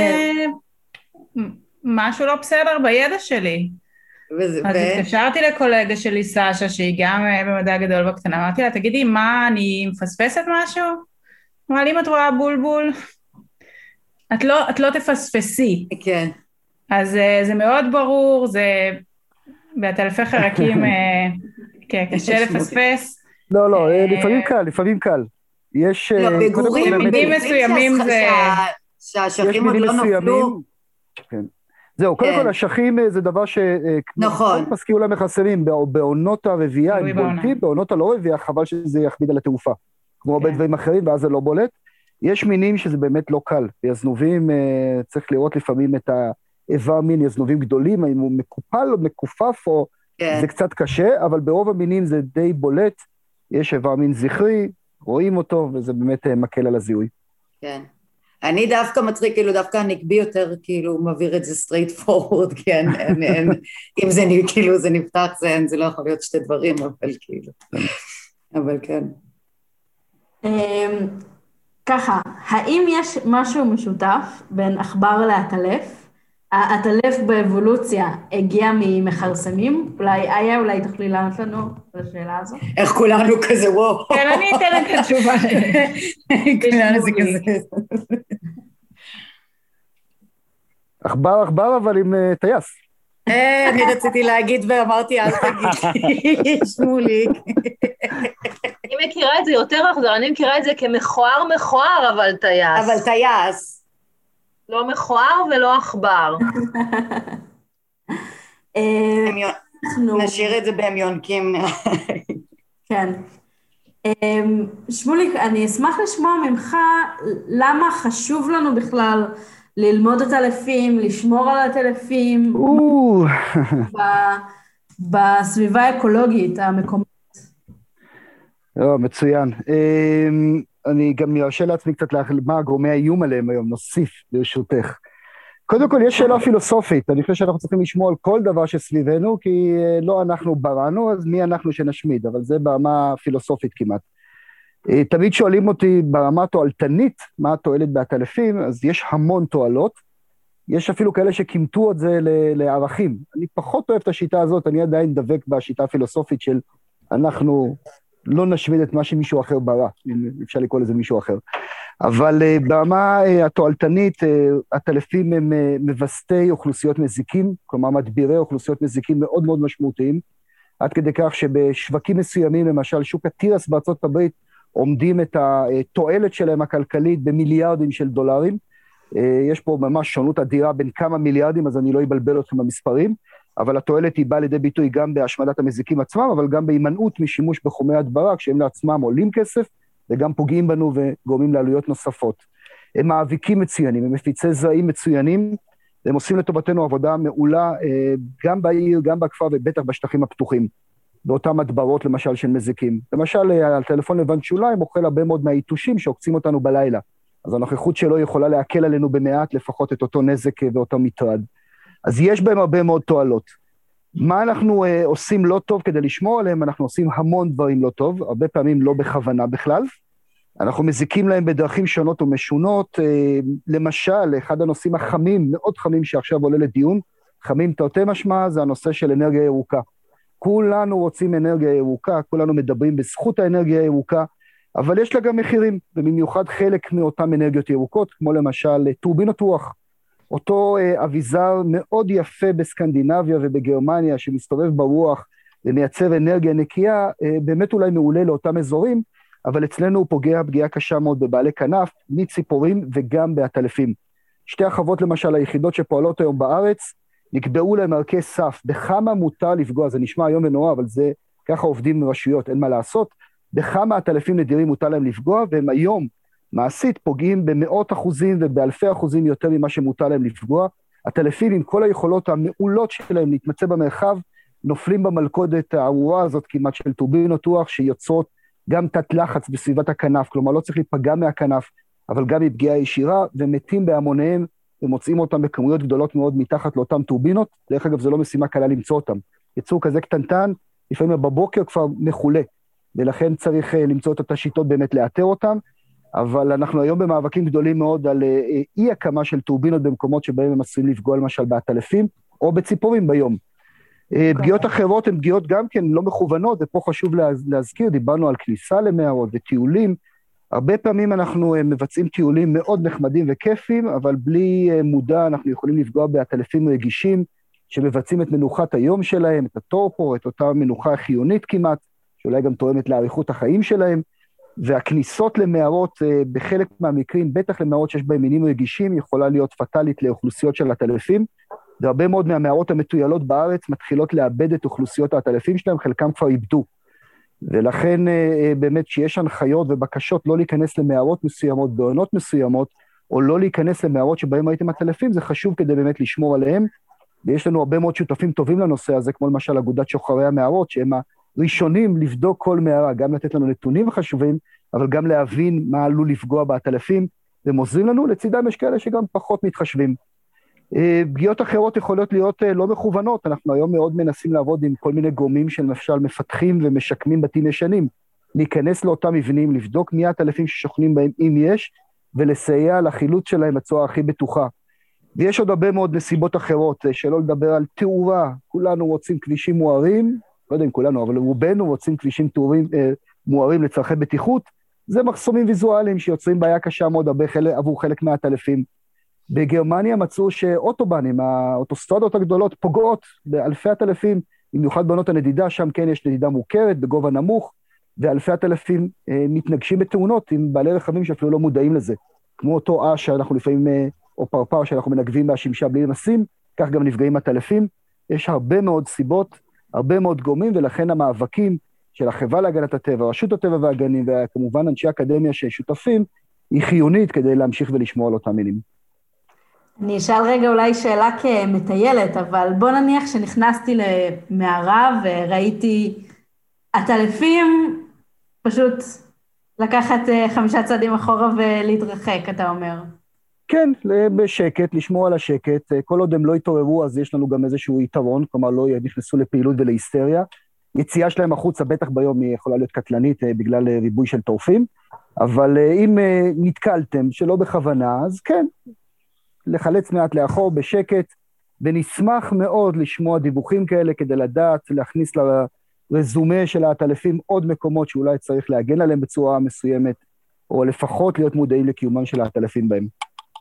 משהו לא בסדר בידע שלי. אז התקשרתי לקולגה שלי, סשה, שהיא גם במדע גדול בקטנה, אמרתי לה, תגידי, מה, אני מפספסת משהו? אמרה לי, אם את רואה בולבול, את לא, את לא תפספסי. כן. אז זה מאוד ברור, זה בעטלפי חרקים קשה לפספס. לא, לא, לפעמים קל, לפעמים קל. יש... בגורים, מינים מסוימים זה... שהשכים עוד לא נפלו. כן. זהו, קודם כל השכים זה דבר ש... נכון. מסכימו למחסנים, בעונות הרבייה, הם בולטים, בעונות הלא רבייה, חבל שזה יכביד על התעופה. כמו הרבה דברים אחרים, ואז זה לא בולט. יש מינים שזה באמת לא קל. יזנובים, צריך לראות לפעמים את האיבר מין, יזנובים גדולים, אם הוא מקופל או מקופף, או זה קצת קשה, אבל ברוב המינים זה די בולט. יש איבר מין זכרי, רואים אותו, וזה באמת מקל על הזיהוי. כן. אני דווקא מצחיק, כאילו דווקא הנקבי יותר, כאילו מבהיר את זה straight forward, כי אין, אין, אין, אם זה כאילו זה נפתח, זה, זה לא יכול להיות שתי דברים, אבל כאילו, אבל כן. ככה, האם יש משהו משותף בין עכבר לעטלף? העטלף באבולוציה הגיע ממכרסמים? אולי, איה, אולי תוכלי לענות לנו על השאלה הזו? איך כולנו כזה, וואו. כן, אני אתן את התשובה. כולנו זה כזה. עכבר, עכבר, אבל עם טייס. אני רציתי להגיד ואמרתי, אל תגיד, שמוליק. אני מכירה את זה יותר אכזר, אני מכירה את זה כמכוער מכוער, אבל טייס. אבל טייס. לא מכוער ולא עכבר. נשאיר את זה בהם יונקים. כן. שמוליק, אני אשמח לשמוע ממך למה חשוב לנו בכלל ללמוד עטלפים, לשמור על עטלפים בסביבה האקולוגית המקומית. מצוין. אני גם ארשה לעצמי קצת מה גורמי האיום עליהם היום, נוסיף ברשותך. קודם כל, יש שאלה פילוסופית, אני חושב שאנחנו צריכים לשמוע על כל דבר שסביבנו, כי לא אנחנו בראנו, אז מי אנחנו שנשמיד, אבל זה ברמה פילוסופית כמעט. תמיד שואלים אותי ברמה תועלתנית, מה התועלת בעטלפים, אז יש המון תועלות, יש אפילו כאלה שכימתו את זה לערכים. אני פחות אוהב את השיטה הזאת, אני עדיין דבק בשיטה הפילוסופית של אנחנו לא נשמיד את מה שמישהו אחר ברא, אפשר לקרוא לזה מישהו אחר. אבל uh, ברמה uh, התועלתנית, uh, עטלפים הם uh, מבסטי אוכלוסיות מזיקים, כלומר מדבירי אוכלוסיות מזיקים מאוד מאוד משמעותיים, עד כדי כך שבשווקים מסוימים, למשל שוק התירס בארצות הברית, עומדים את התועלת שלהם הכלכלית במיליארדים של דולרים, uh, יש פה ממש שונות אדירה בין כמה מיליארדים, אז אני לא אבלבל אתכם במספרים, אבל התועלת היא באה לידי ביטוי גם בהשמדת המזיקים עצמם, אבל גם בהימנעות משימוש בחומרי הדברה, כשהם לעצמם עולים כסף, וגם פוגעים בנו וגורמים לעלויות נוספות. הם מאביקים מצוינים, הם מפיצי זרעים מצוינים, הם עושים לטובתנו עבודה מעולה, גם בעיר, גם בכפר, ובטח בשטחים הפתוחים. באותם הדברות למשל של מזיקים. למשל, הטלפון לבן שוליים אוכל הרבה מאוד מהעיתושים שעוקצים אותנו בלילה. אז הנוכחות שלו יכולה להקל עלינו במעט, לפחות את אותו נזק ואותו מטרד. אז יש בהם הרבה מאוד תועלות. מה אנחנו uh, עושים לא טוב כדי לשמור עליהם? אנחנו עושים המון דברים לא טוב, הרבה פעמים לא בכוונה בכלל. אנחנו מזיקים להם בדרכים שונות ומשונות. Uh, למשל, אחד הנושאים החמים, מאוד חמים שעכשיו עולה לדיון, חמים תרתי משמע, זה הנושא של אנרגיה ירוקה. כולנו רוצים אנרגיה ירוקה, כולנו מדברים בזכות האנרגיה הירוקה, אבל יש לה גם מחירים, ובמיוחד חלק מאותן אנרגיות ירוקות, כמו למשל טורבינות רוח. אותו אה, אביזר מאוד יפה בסקנדינביה ובגרמניה, שמסתובב ברוח ומייצר אנרגיה נקייה, אה, באמת אולי מעולה לאותם אזורים, אבל אצלנו הוא פוגע פגיעה קשה מאוד בבעלי כנף, מציפורים וגם בעטלפים. שתי החוות למשל היחידות שפועלות היום בארץ, נקבעו להם ערכי סף, בכמה מותר לפגוע, זה נשמע היום ונורא, אבל זה ככה עובדים ברשויות, אין מה לעשות, בכמה עטלפים נדירים מותר להם לפגוע, והם היום מעשית פוגעים במאות אחוזים ובאלפי אחוזים יותר ממה שמותר להם לפגוע. עטלפים עם כל היכולות המעולות שלהם להתמצא במרחב, נופלים במלכודת הארורה הזאת כמעט של טורבינות רוח, שיוצרות גם תת לחץ בסביבת הכנף, כלומר לא צריך להיפגע מהכנף, אבל גם מפגיעה ישירה, ומתים בהמוניהם, ומוצאים אותם בכמויות גדולות מאוד מתחת לאותם טורבינות. דרך אגב, זה לא משימה קלה למצוא אותם. יצור כזה קטנטן, לפעמים בבוקר כבר מחולה, ולכן צריך למצוא את השיטות באמת לאתר אותם, אבל אנחנו היום במאבקים גדולים מאוד על אי הקמה של טורבינות במקומות שבהם הם עשויים לפגוע למשל בעטלפים, או בציפורים ביום. פגיעות אחרות הן פגיעות גם כן לא מכוונות, ופה חשוב להזכיר, דיברנו על כניסה למערות וטיולים, הרבה פעמים אנחנו מבצעים טיולים מאוד נחמדים וכיפים, אבל בלי מודע אנחנו יכולים לפגוע בעטלפים רגישים, שמבצעים את מנוחת היום שלהם, את הטורפור, את אותה מנוחה חיונית כמעט, שאולי גם תואמת לאריכות החיים שלהם, והכניסות למערות בחלק מהמקרים, בטח למערות שיש בהם מינים רגישים, יכולה להיות פטלית לאוכלוסיות של עטלפים, והרבה מאוד מהמערות המטוילות בארץ מתחילות לאבד את אוכלוסיות העטלפים שלהם, חלקם כבר איבדו. ולכן באמת שיש הנחיות ובקשות לא להיכנס למערות מסוימות, בעונות מסוימות, או לא להיכנס למערות שבהם הייתם עטלפים, זה חשוב כדי באמת לשמור עליהם, ויש לנו הרבה מאוד שותפים טובים לנושא הזה, כמו למשל אגודת שוחרי המערות, שהם הראשונים לבדוק כל מערה, גם לתת לנו נתונים חשובים, אבל גם להבין מה עלול לפגוע בעטלפים, והם עוזרים לנו, לצידם יש כאלה שגם פחות מתחשבים. פגיעות אחרות יכולות להיות לא מכוונות, אנחנו היום מאוד מנסים לעבוד עם כל מיני גורמים של למשל מפתחים ומשקמים בתים ישנים, להיכנס לאותם מבנים, לבדוק מי העטלפים ששוכנים בהם אם יש, ולסייע לחילוץ שלהם בצורה הכי בטוחה. ויש עוד הרבה מאוד נסיבות אחרות, שלא לדבר על תאורה, כולנו רוצים כבישים מוארים, לא יודע אם כולנו, אבל רובנו רוצים כבישים תאורים, אה, מוארים לצרכי בטיחות, זה מחסומים ויזואליים שיוצרים בעיה קשה מאוד חלק, עבור חלק מהעטלפים. בגרמניה מצאו שאוטובנים, האוטוסטרדות הגדולות פוגעות באלפי עטלפים, במיוחד בעונות הנדידה, שם כן יש נדידה מוכרת בגובה נמוך, ואלפי עטלפים אה, מתנגשים בתאונות עם בעלי רכבים שאפילו לא מודעים לזה. כמו אותו אש שאנחנו לפעמים, אה, או פרפר שאנחנו מנגבים מהשמשה בלי למסים, כך גם נפגעים עטלפים. יש הרבה מאוד סיבות, הרבה מאוד גורמים, ולכן המאבקים של החברה להגנת הטבע, רשות הטבע והגנים, וכמובן אנשי אקדמיה ששותפים, היא חיונית כדי להמשיך ולשמור על אותם מינים. אני אשאל רגע אולי שאלה כמטיילת, אבל בוא נניח שנכנסתי למערה וראיתי עטלפים, פשוט לקחת חמישה צעדים אחורה ולהתרחק, אתה אומר. כן, בשקט, לשמור על השקט, כל עוד הם לא יתעוררו, אז יש לנו גם איזשהו יתרון, כלומר לא נכנסו לפעילות ולהיסטריה, יציאה שלהם החוצה, בטח ביום היא יכולה להיות קטלנית בגלל ריבוי של טורפים, אבל אם נתקלתם שלא בכוונה, אז כן, לחלץ מעט לאחור בשקט, ונשמח מאוד לשמוע דיווחים כאלה, כדי לדעת להכניס לרזומה של העטלפים עוד מקומות שאולי צריך להגן עליהם בצורה מסוימת, או לפחות להיות מודעים לקיומם של העטלפים בהם.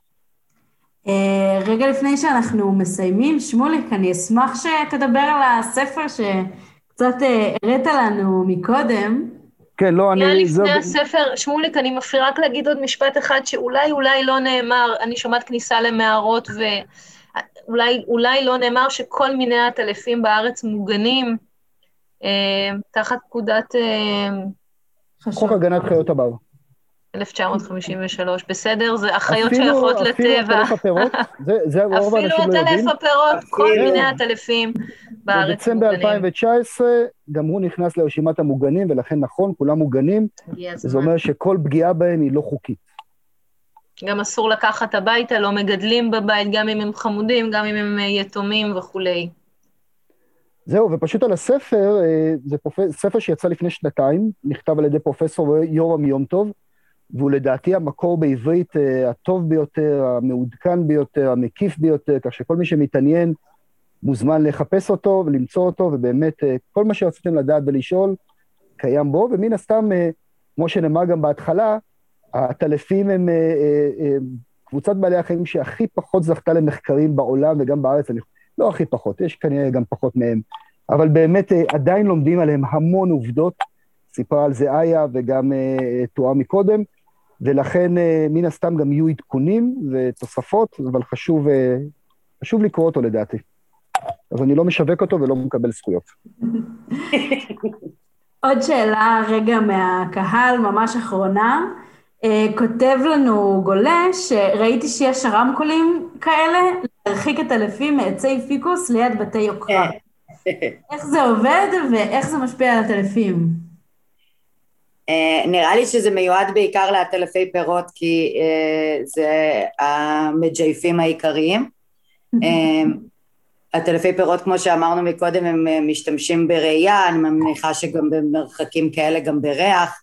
רגע לפני שאנחנו מסיימים, שמוליק, אני אשמח שתדבר על הספר שקצת הראת לנו מקודם. כן, לא, אני... לפני זה... הספר, שמוליק, אני מפריעה רק להגיד עוד משפט אחד, שאולי אולי לא נאמר, אני שומעת כניסה למערות, ואולי אולי לא נאמר שכל מיני עטלפים בארץ מוגנים, אה, תחת פקודת... אה, חוק הגנת חיות הבר. אלף תשע מאות חמישים ושלוש, בסדר? זה אחיות שייכות לטבע. אפילו עטלף הפירות, זה רוב האנשים לא יודעים. אפילו עטלף הפירות, כל מיני עטלפים בארץ. בדצמבר אלפיים תשע עשרה, גם הוא נכנס לרשימת המוגנים, ולכן נכון, כולם מוגנים, זה אומר שכל פגיעה בהם היא לא חוקית. גם אסור לקחת הביתה, לא מגדלים בבית, גם אם הם חמודים, גם אם הם יתומים וכולי. זהו, ופשוט על הספר, זה ספר שיצא לפני שנתיים, נכתב על ידי פרופסור יורם יום טוב, והוא לדעתי המקור בעברית הטוב ביותר, המעודכן ביותר, המקיף ביותר, כך שכל מי שמתעניין מוזמן לחפש אותו ולמצוא אותו, ובאמת כל מה שרציתם לדעת ולשאול קיים בו, ומן הסתם, כמו שנאמר גם בהתחלה, העטלפים הם קבוצת בעלי החיים שהכי פחות זכתה למחקרים בעולם וגם בארץ, אני, לא הכי פחות, יש כנראה גם פחות מהם, אבל באמת עדיין לומדים עליהם המון עובדות, סיפרה על זה איה וגם תואר מקודם, ולכן מן הסתם גם יהיו עדכונים ותוספות, אבל חשוב, חשוב לקרוא אותו לדעתי. אז אני לא משווק אותו ולא מקבל זכויות. עוד שאלה רגע מהקהל, ממש אחרונה, כותב לנו גולש, ראיתי שיש רמקולים כאלה, להרחיק את אלפים מעצי פיקוס ליד בתי יוקרה. איך זה עובד ואיך זה משפיע על הטלפים? נראה לי שזה מיועד בעיקר לעטלפי פירות, כי זה המג'ייפים העיקריים. עטלפי פירות, כמו שאמרנו מקודם, הם משתמשים בראייה, אני מניחה שגם במרחקים כאלה גם בריח.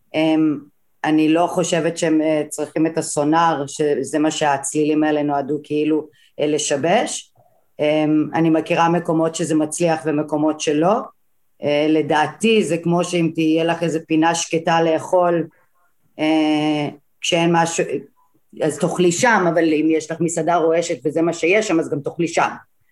אני לא חושבת שהם צריכים את הסונאר, שזה מה שהצלילים האלה נועדו כאילו לשבש. אני מכירה מקומות שזה מצליח ומקומות שלא. לדעתי זה כמו שאם תהיה לך איזה פינה שקטה לאכול, כשאין משהו, אז תאכלי שם, אבל אם יש לך מסעדה רועשת וזה מה שיש שם, אז גם תאכלי שם.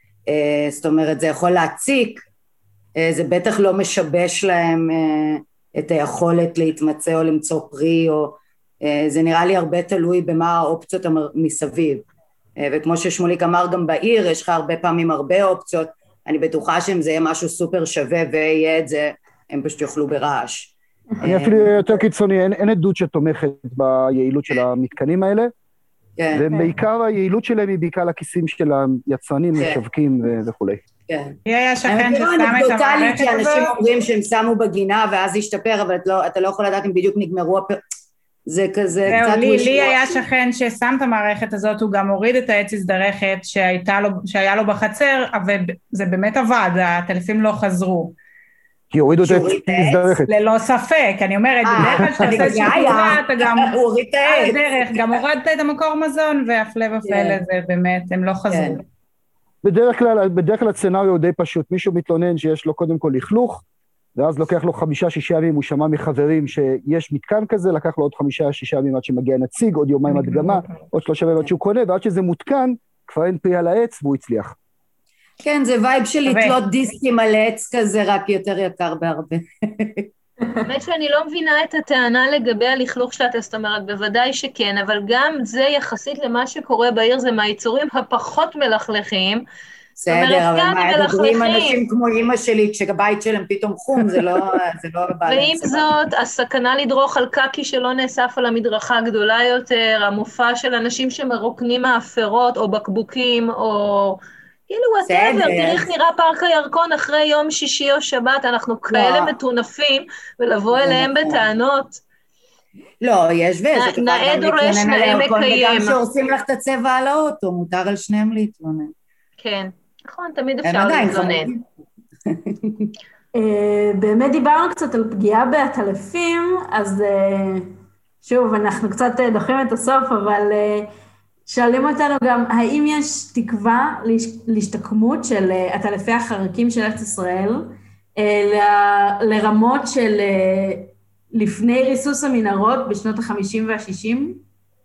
זאת אומרת, זה יכול להציק, זה בטח לא משבש להם את היכולת להתמצא או למצוא פרי, או זה נראה לי הרבה תלוי במה האופציות מסביב. וכמו ששמוליק אמר גם בעיר, יש לך הרבה פעמים הרבה אופציות, אני בטוחה שאם זה יהיה משהו סופר שווה ויהיה את זה, הם פשוט יאכלו ברעש. אני אפילו יותר קיצוני, אין, אין עדות שתומכת ביעילות של המתקנים האלה, כן. ובעיקר היעילות שלהם היא בעיקר לכיסים של היצרנים, כן. משווקים וכו'. כן. היה שכן ששם את המערכת הזאת. שאנשים אומרים שהם שמו בגינה ואז השתפר, אבל אתה לא, אתה לא יכול לדעת אם בדיוק נגמרו הפר... זה כזה קצת... לי, לי היה שכן ששם את המערכת הזאת, הוא גם הוריד את העץ הזדרכת לו, שהיה לו בחצר, אבל זה באמת עבד, הטלפים לא חזרו. כי הורידו את העץ הזדרכת. ללא ספק, אני אומרת, בדרך כלל שאתה עושה שיפורה, אתה גם הוריד את העץ. גם הורדת את המקור מזון, והפלא ופלא זה באמת, הם לא חזרו. בדרך כלל, בדרך כלל הסצנריו הוא די פשוט, מישהו מתלונן שיש לו קודם כל לכלוך, ואז לוקח לו חמישה, שישה ימים, הוא שמע מחברים שיש מתקן כזה, לקח לו עוד חמישה, שישה ימים עד שמגיע נציג, עוד יומיים הדגמה, עוד שלושה ימים עד שהוא קונה, ועד שזה מותקן, כבר אין פרי על העץ, והוא הצליח. כן, זה וייב של לתלות דיסקים על עץ כזה, רק יותר יקר בהרבה. באמת שאני לא מבינה את הטענה לגבי הלכלוך שאתה, זאת אומרת, בוודאי שכן, אבל גם זה יחסית למה שקורה בעיר, זה מהיצורים הפחות מלכלכים, בסדר, אבל מה, דברים אנשים כמו אמא שלי, כשהבית שלהם פתאום חום, זה לא הבעיה. ועם זאת, הסכנה לדרוך על קקי שלא נאסף על המדרכה גדולה יותר, המופע של אנשים שמרוקנים מאפרות או בקבוקים, או כאילו whatever, תראי איך נראה פארק הירקון אחרי יום שישי או שבת, אנחנו כאלה מטונפים, ולבוא אליהם בטענות. לא, יש ויש. נאה דורש, נאה מקיים. וגם שעושים לך את הצבע על האוטו, מותר על שניהם להתלונן. כן. נכון, תמיד אפשר להתלונן. באמת דיברנו קצת על פגיעה בעטלפים, אז שוב, אנחנו קצת דוחים את הסוף, אבל שואלים אותנו גם, האם יש תקווה להשתקמות של עטלפי החרקים של ארץ ישראל, לרמות של לפני ריסוס המנהרות בשנות ה-חמישים וה-שישים?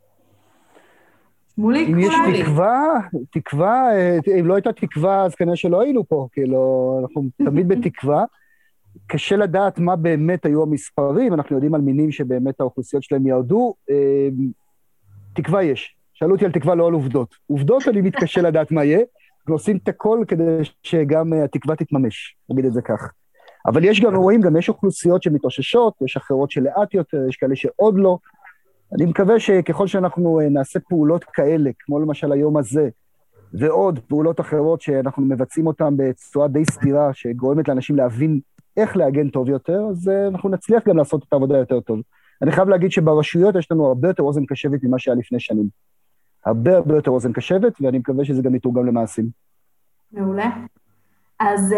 אם יש תקווה, תקווה, אם לא הייתה תקווה, אז כנראה שלא היינו פה, כאילו, אנחנו תמיד בתקווה, קשה לדעת מה באמת היו המספרים, אנחנו יודעים על מינים שבאמת האוכלוסיות שלהם ירדו, תקווה יש, שאלו אותי על תקווה לא על עובדות, עובדות אני מתקשה לדעת מה יהיה, אנחנו עושים את הכל כדי שגם התקווה תתממש, נגיד את זה כך, אבל יש גם, רואים, גם יש אוכלוסיות שמתאוששות, יש אחרות שלאט יותר, יש כאלה שעוד לא, אני מקווה שככל שאנחנו נעשה פעולות כאלה, כמו למשל היום הזה, ועוד פעולות אחרות שאנחנו מבצעים אותן בצורה די סתירה, שגורמת לאנשים להבין איך להגן טוב יותר, אז אנחנו נצליח גם לעשות את העבודה יותר טוב. אני חייב להגיד שברשויות יש לנו הרבה יותר אוזן קשבת ממה שהיה לפני שנים. הרבה הרבה יותר אוזן קשבת, ואני מקווה שזה גם יתורגם למעשים. מעולה. אז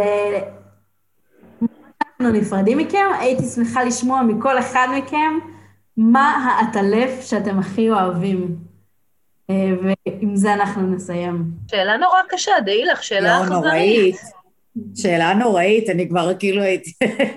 אנחנו נפרדים מכם, הייתי שמחה לשמוע מכל אחד מכם, מה העטלף שאתם הכי אוהבים. ועם זה אנחנו נסיים. שאלה נורא קשה, דעי לך, שאלה חזרית. שאלה נוראית, אני כבר כאילו הייתי...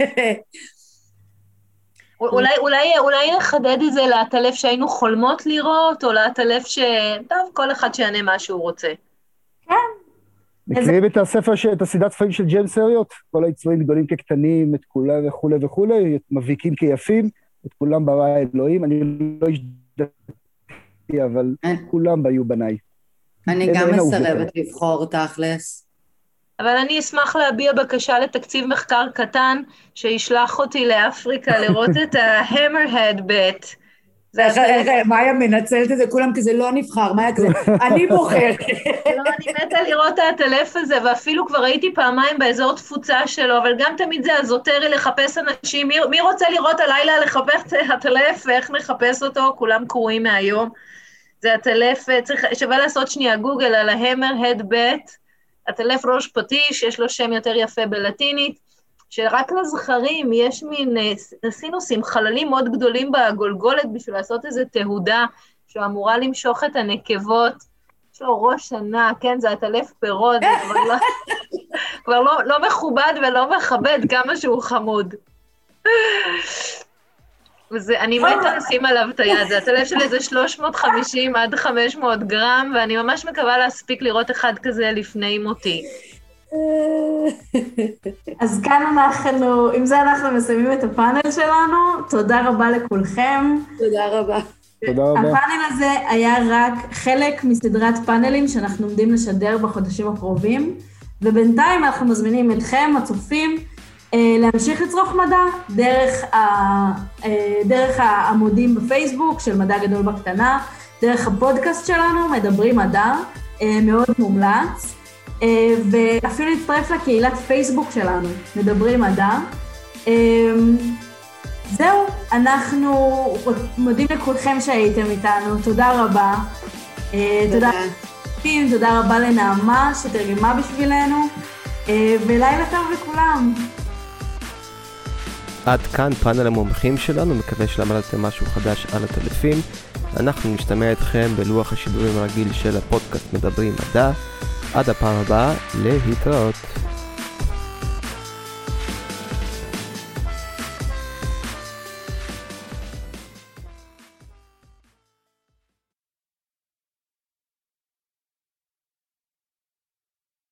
אולי, אולי, אולי נחדד את זה לעטלף שהיינו חולמות לראות, או לעטלף ש... טוב, כל אחד שיענה מה שהוא רוצה. כן. מכירים את הספר, את הסדרת ספרים של ג'יימס הריוט? כל היצורים גדולים כקטנים, את כולם וכולי וכולי, מבריקים כיפים, את כולם ברא אלוהים, אני לא השדעתי, אבל כולם היו בניי. אני גם מסרבת לבחור תכלס. אבל אני אשמח להביע בקשה לתקציב מחקר קטן, שישלח אותי לאפריקה לראות את ה-Hammerhead Bet. מאיה מנצלת את זה כולם, כי זה לא נבחר, מאיה כזה, אני בוחרת. לא, אני מתה לראות את העטלף הזה, ואפילו כבר הייתי פעמיים באזור תפוצה שלו, אבל גם תמיד זה הזוטרי לחפש אנשים, מי, מי רוצה לראות הלילה לחפש את העטלף, ואיך נחפש אותו, כולם קרואים מהיום. זה העטלף, צריך, שווה לעשות שנייה גוגל על ה-Hammerhead Bet, עטלף ראש פטיש, יש לו שם יותר יפה בלטינית, שרק לזכרים יש מין סינוסים, חללים מאוד גדולים בגולגולת, בשביל לעשות איזו תהודה, שאמורה למשוך את הנקבות, יש לו ראש ענק, כן, זה עטלף פירות, זה כבר, לא, כבר לא, לא מכובד ולא מכבד כמה שהוא חמוד. וזה, אני מתה לשים עליו את היד, זה עטלף של איזה שלוש מאות וחמישים עד חמש מאות גרם, ואני ממש מקווה להספיק לראות אחד כזה לפני מותי. אז כאן אנחנו, עם זה אנחנו מסיימים את הפאנל שלנו, תודה רבה לכולכם. תודה רבה. תודה רבה. הפאנל הזה היה רק חלק מסדרת פאנלים שאנחנו עומדים לשדר בחודשים הקרובים, ובינתיים אנחנו מזמינים אתכם, הצופים, להמשיך לצרוך מדע דרך, ה, דרך העמודים בפייסבוק של מדע גדול בקטנה, דרך הפודקאסט שלנו, מדברים מדע, מאוד מומלץ, ואפילו להצטרף לקהילת פייסבוק שלנו, מדברים מדע. זהו, אנחנו מודים לכולכם שהייתם איתנו, תודה רבה. תודה רבה, תודה רבה לנעמה שתרגמה בשבילנו, ולילה טוב לכולם. עד כאן פאנל המומחים שלנו, מקווה שלמדתם משהו חדש על עטלפים. אנחנו נשתמע איתכם בלוח השידורים הרגיל של הפודקאסט מדברים מדע. עד הפעם הבאה, להתראות.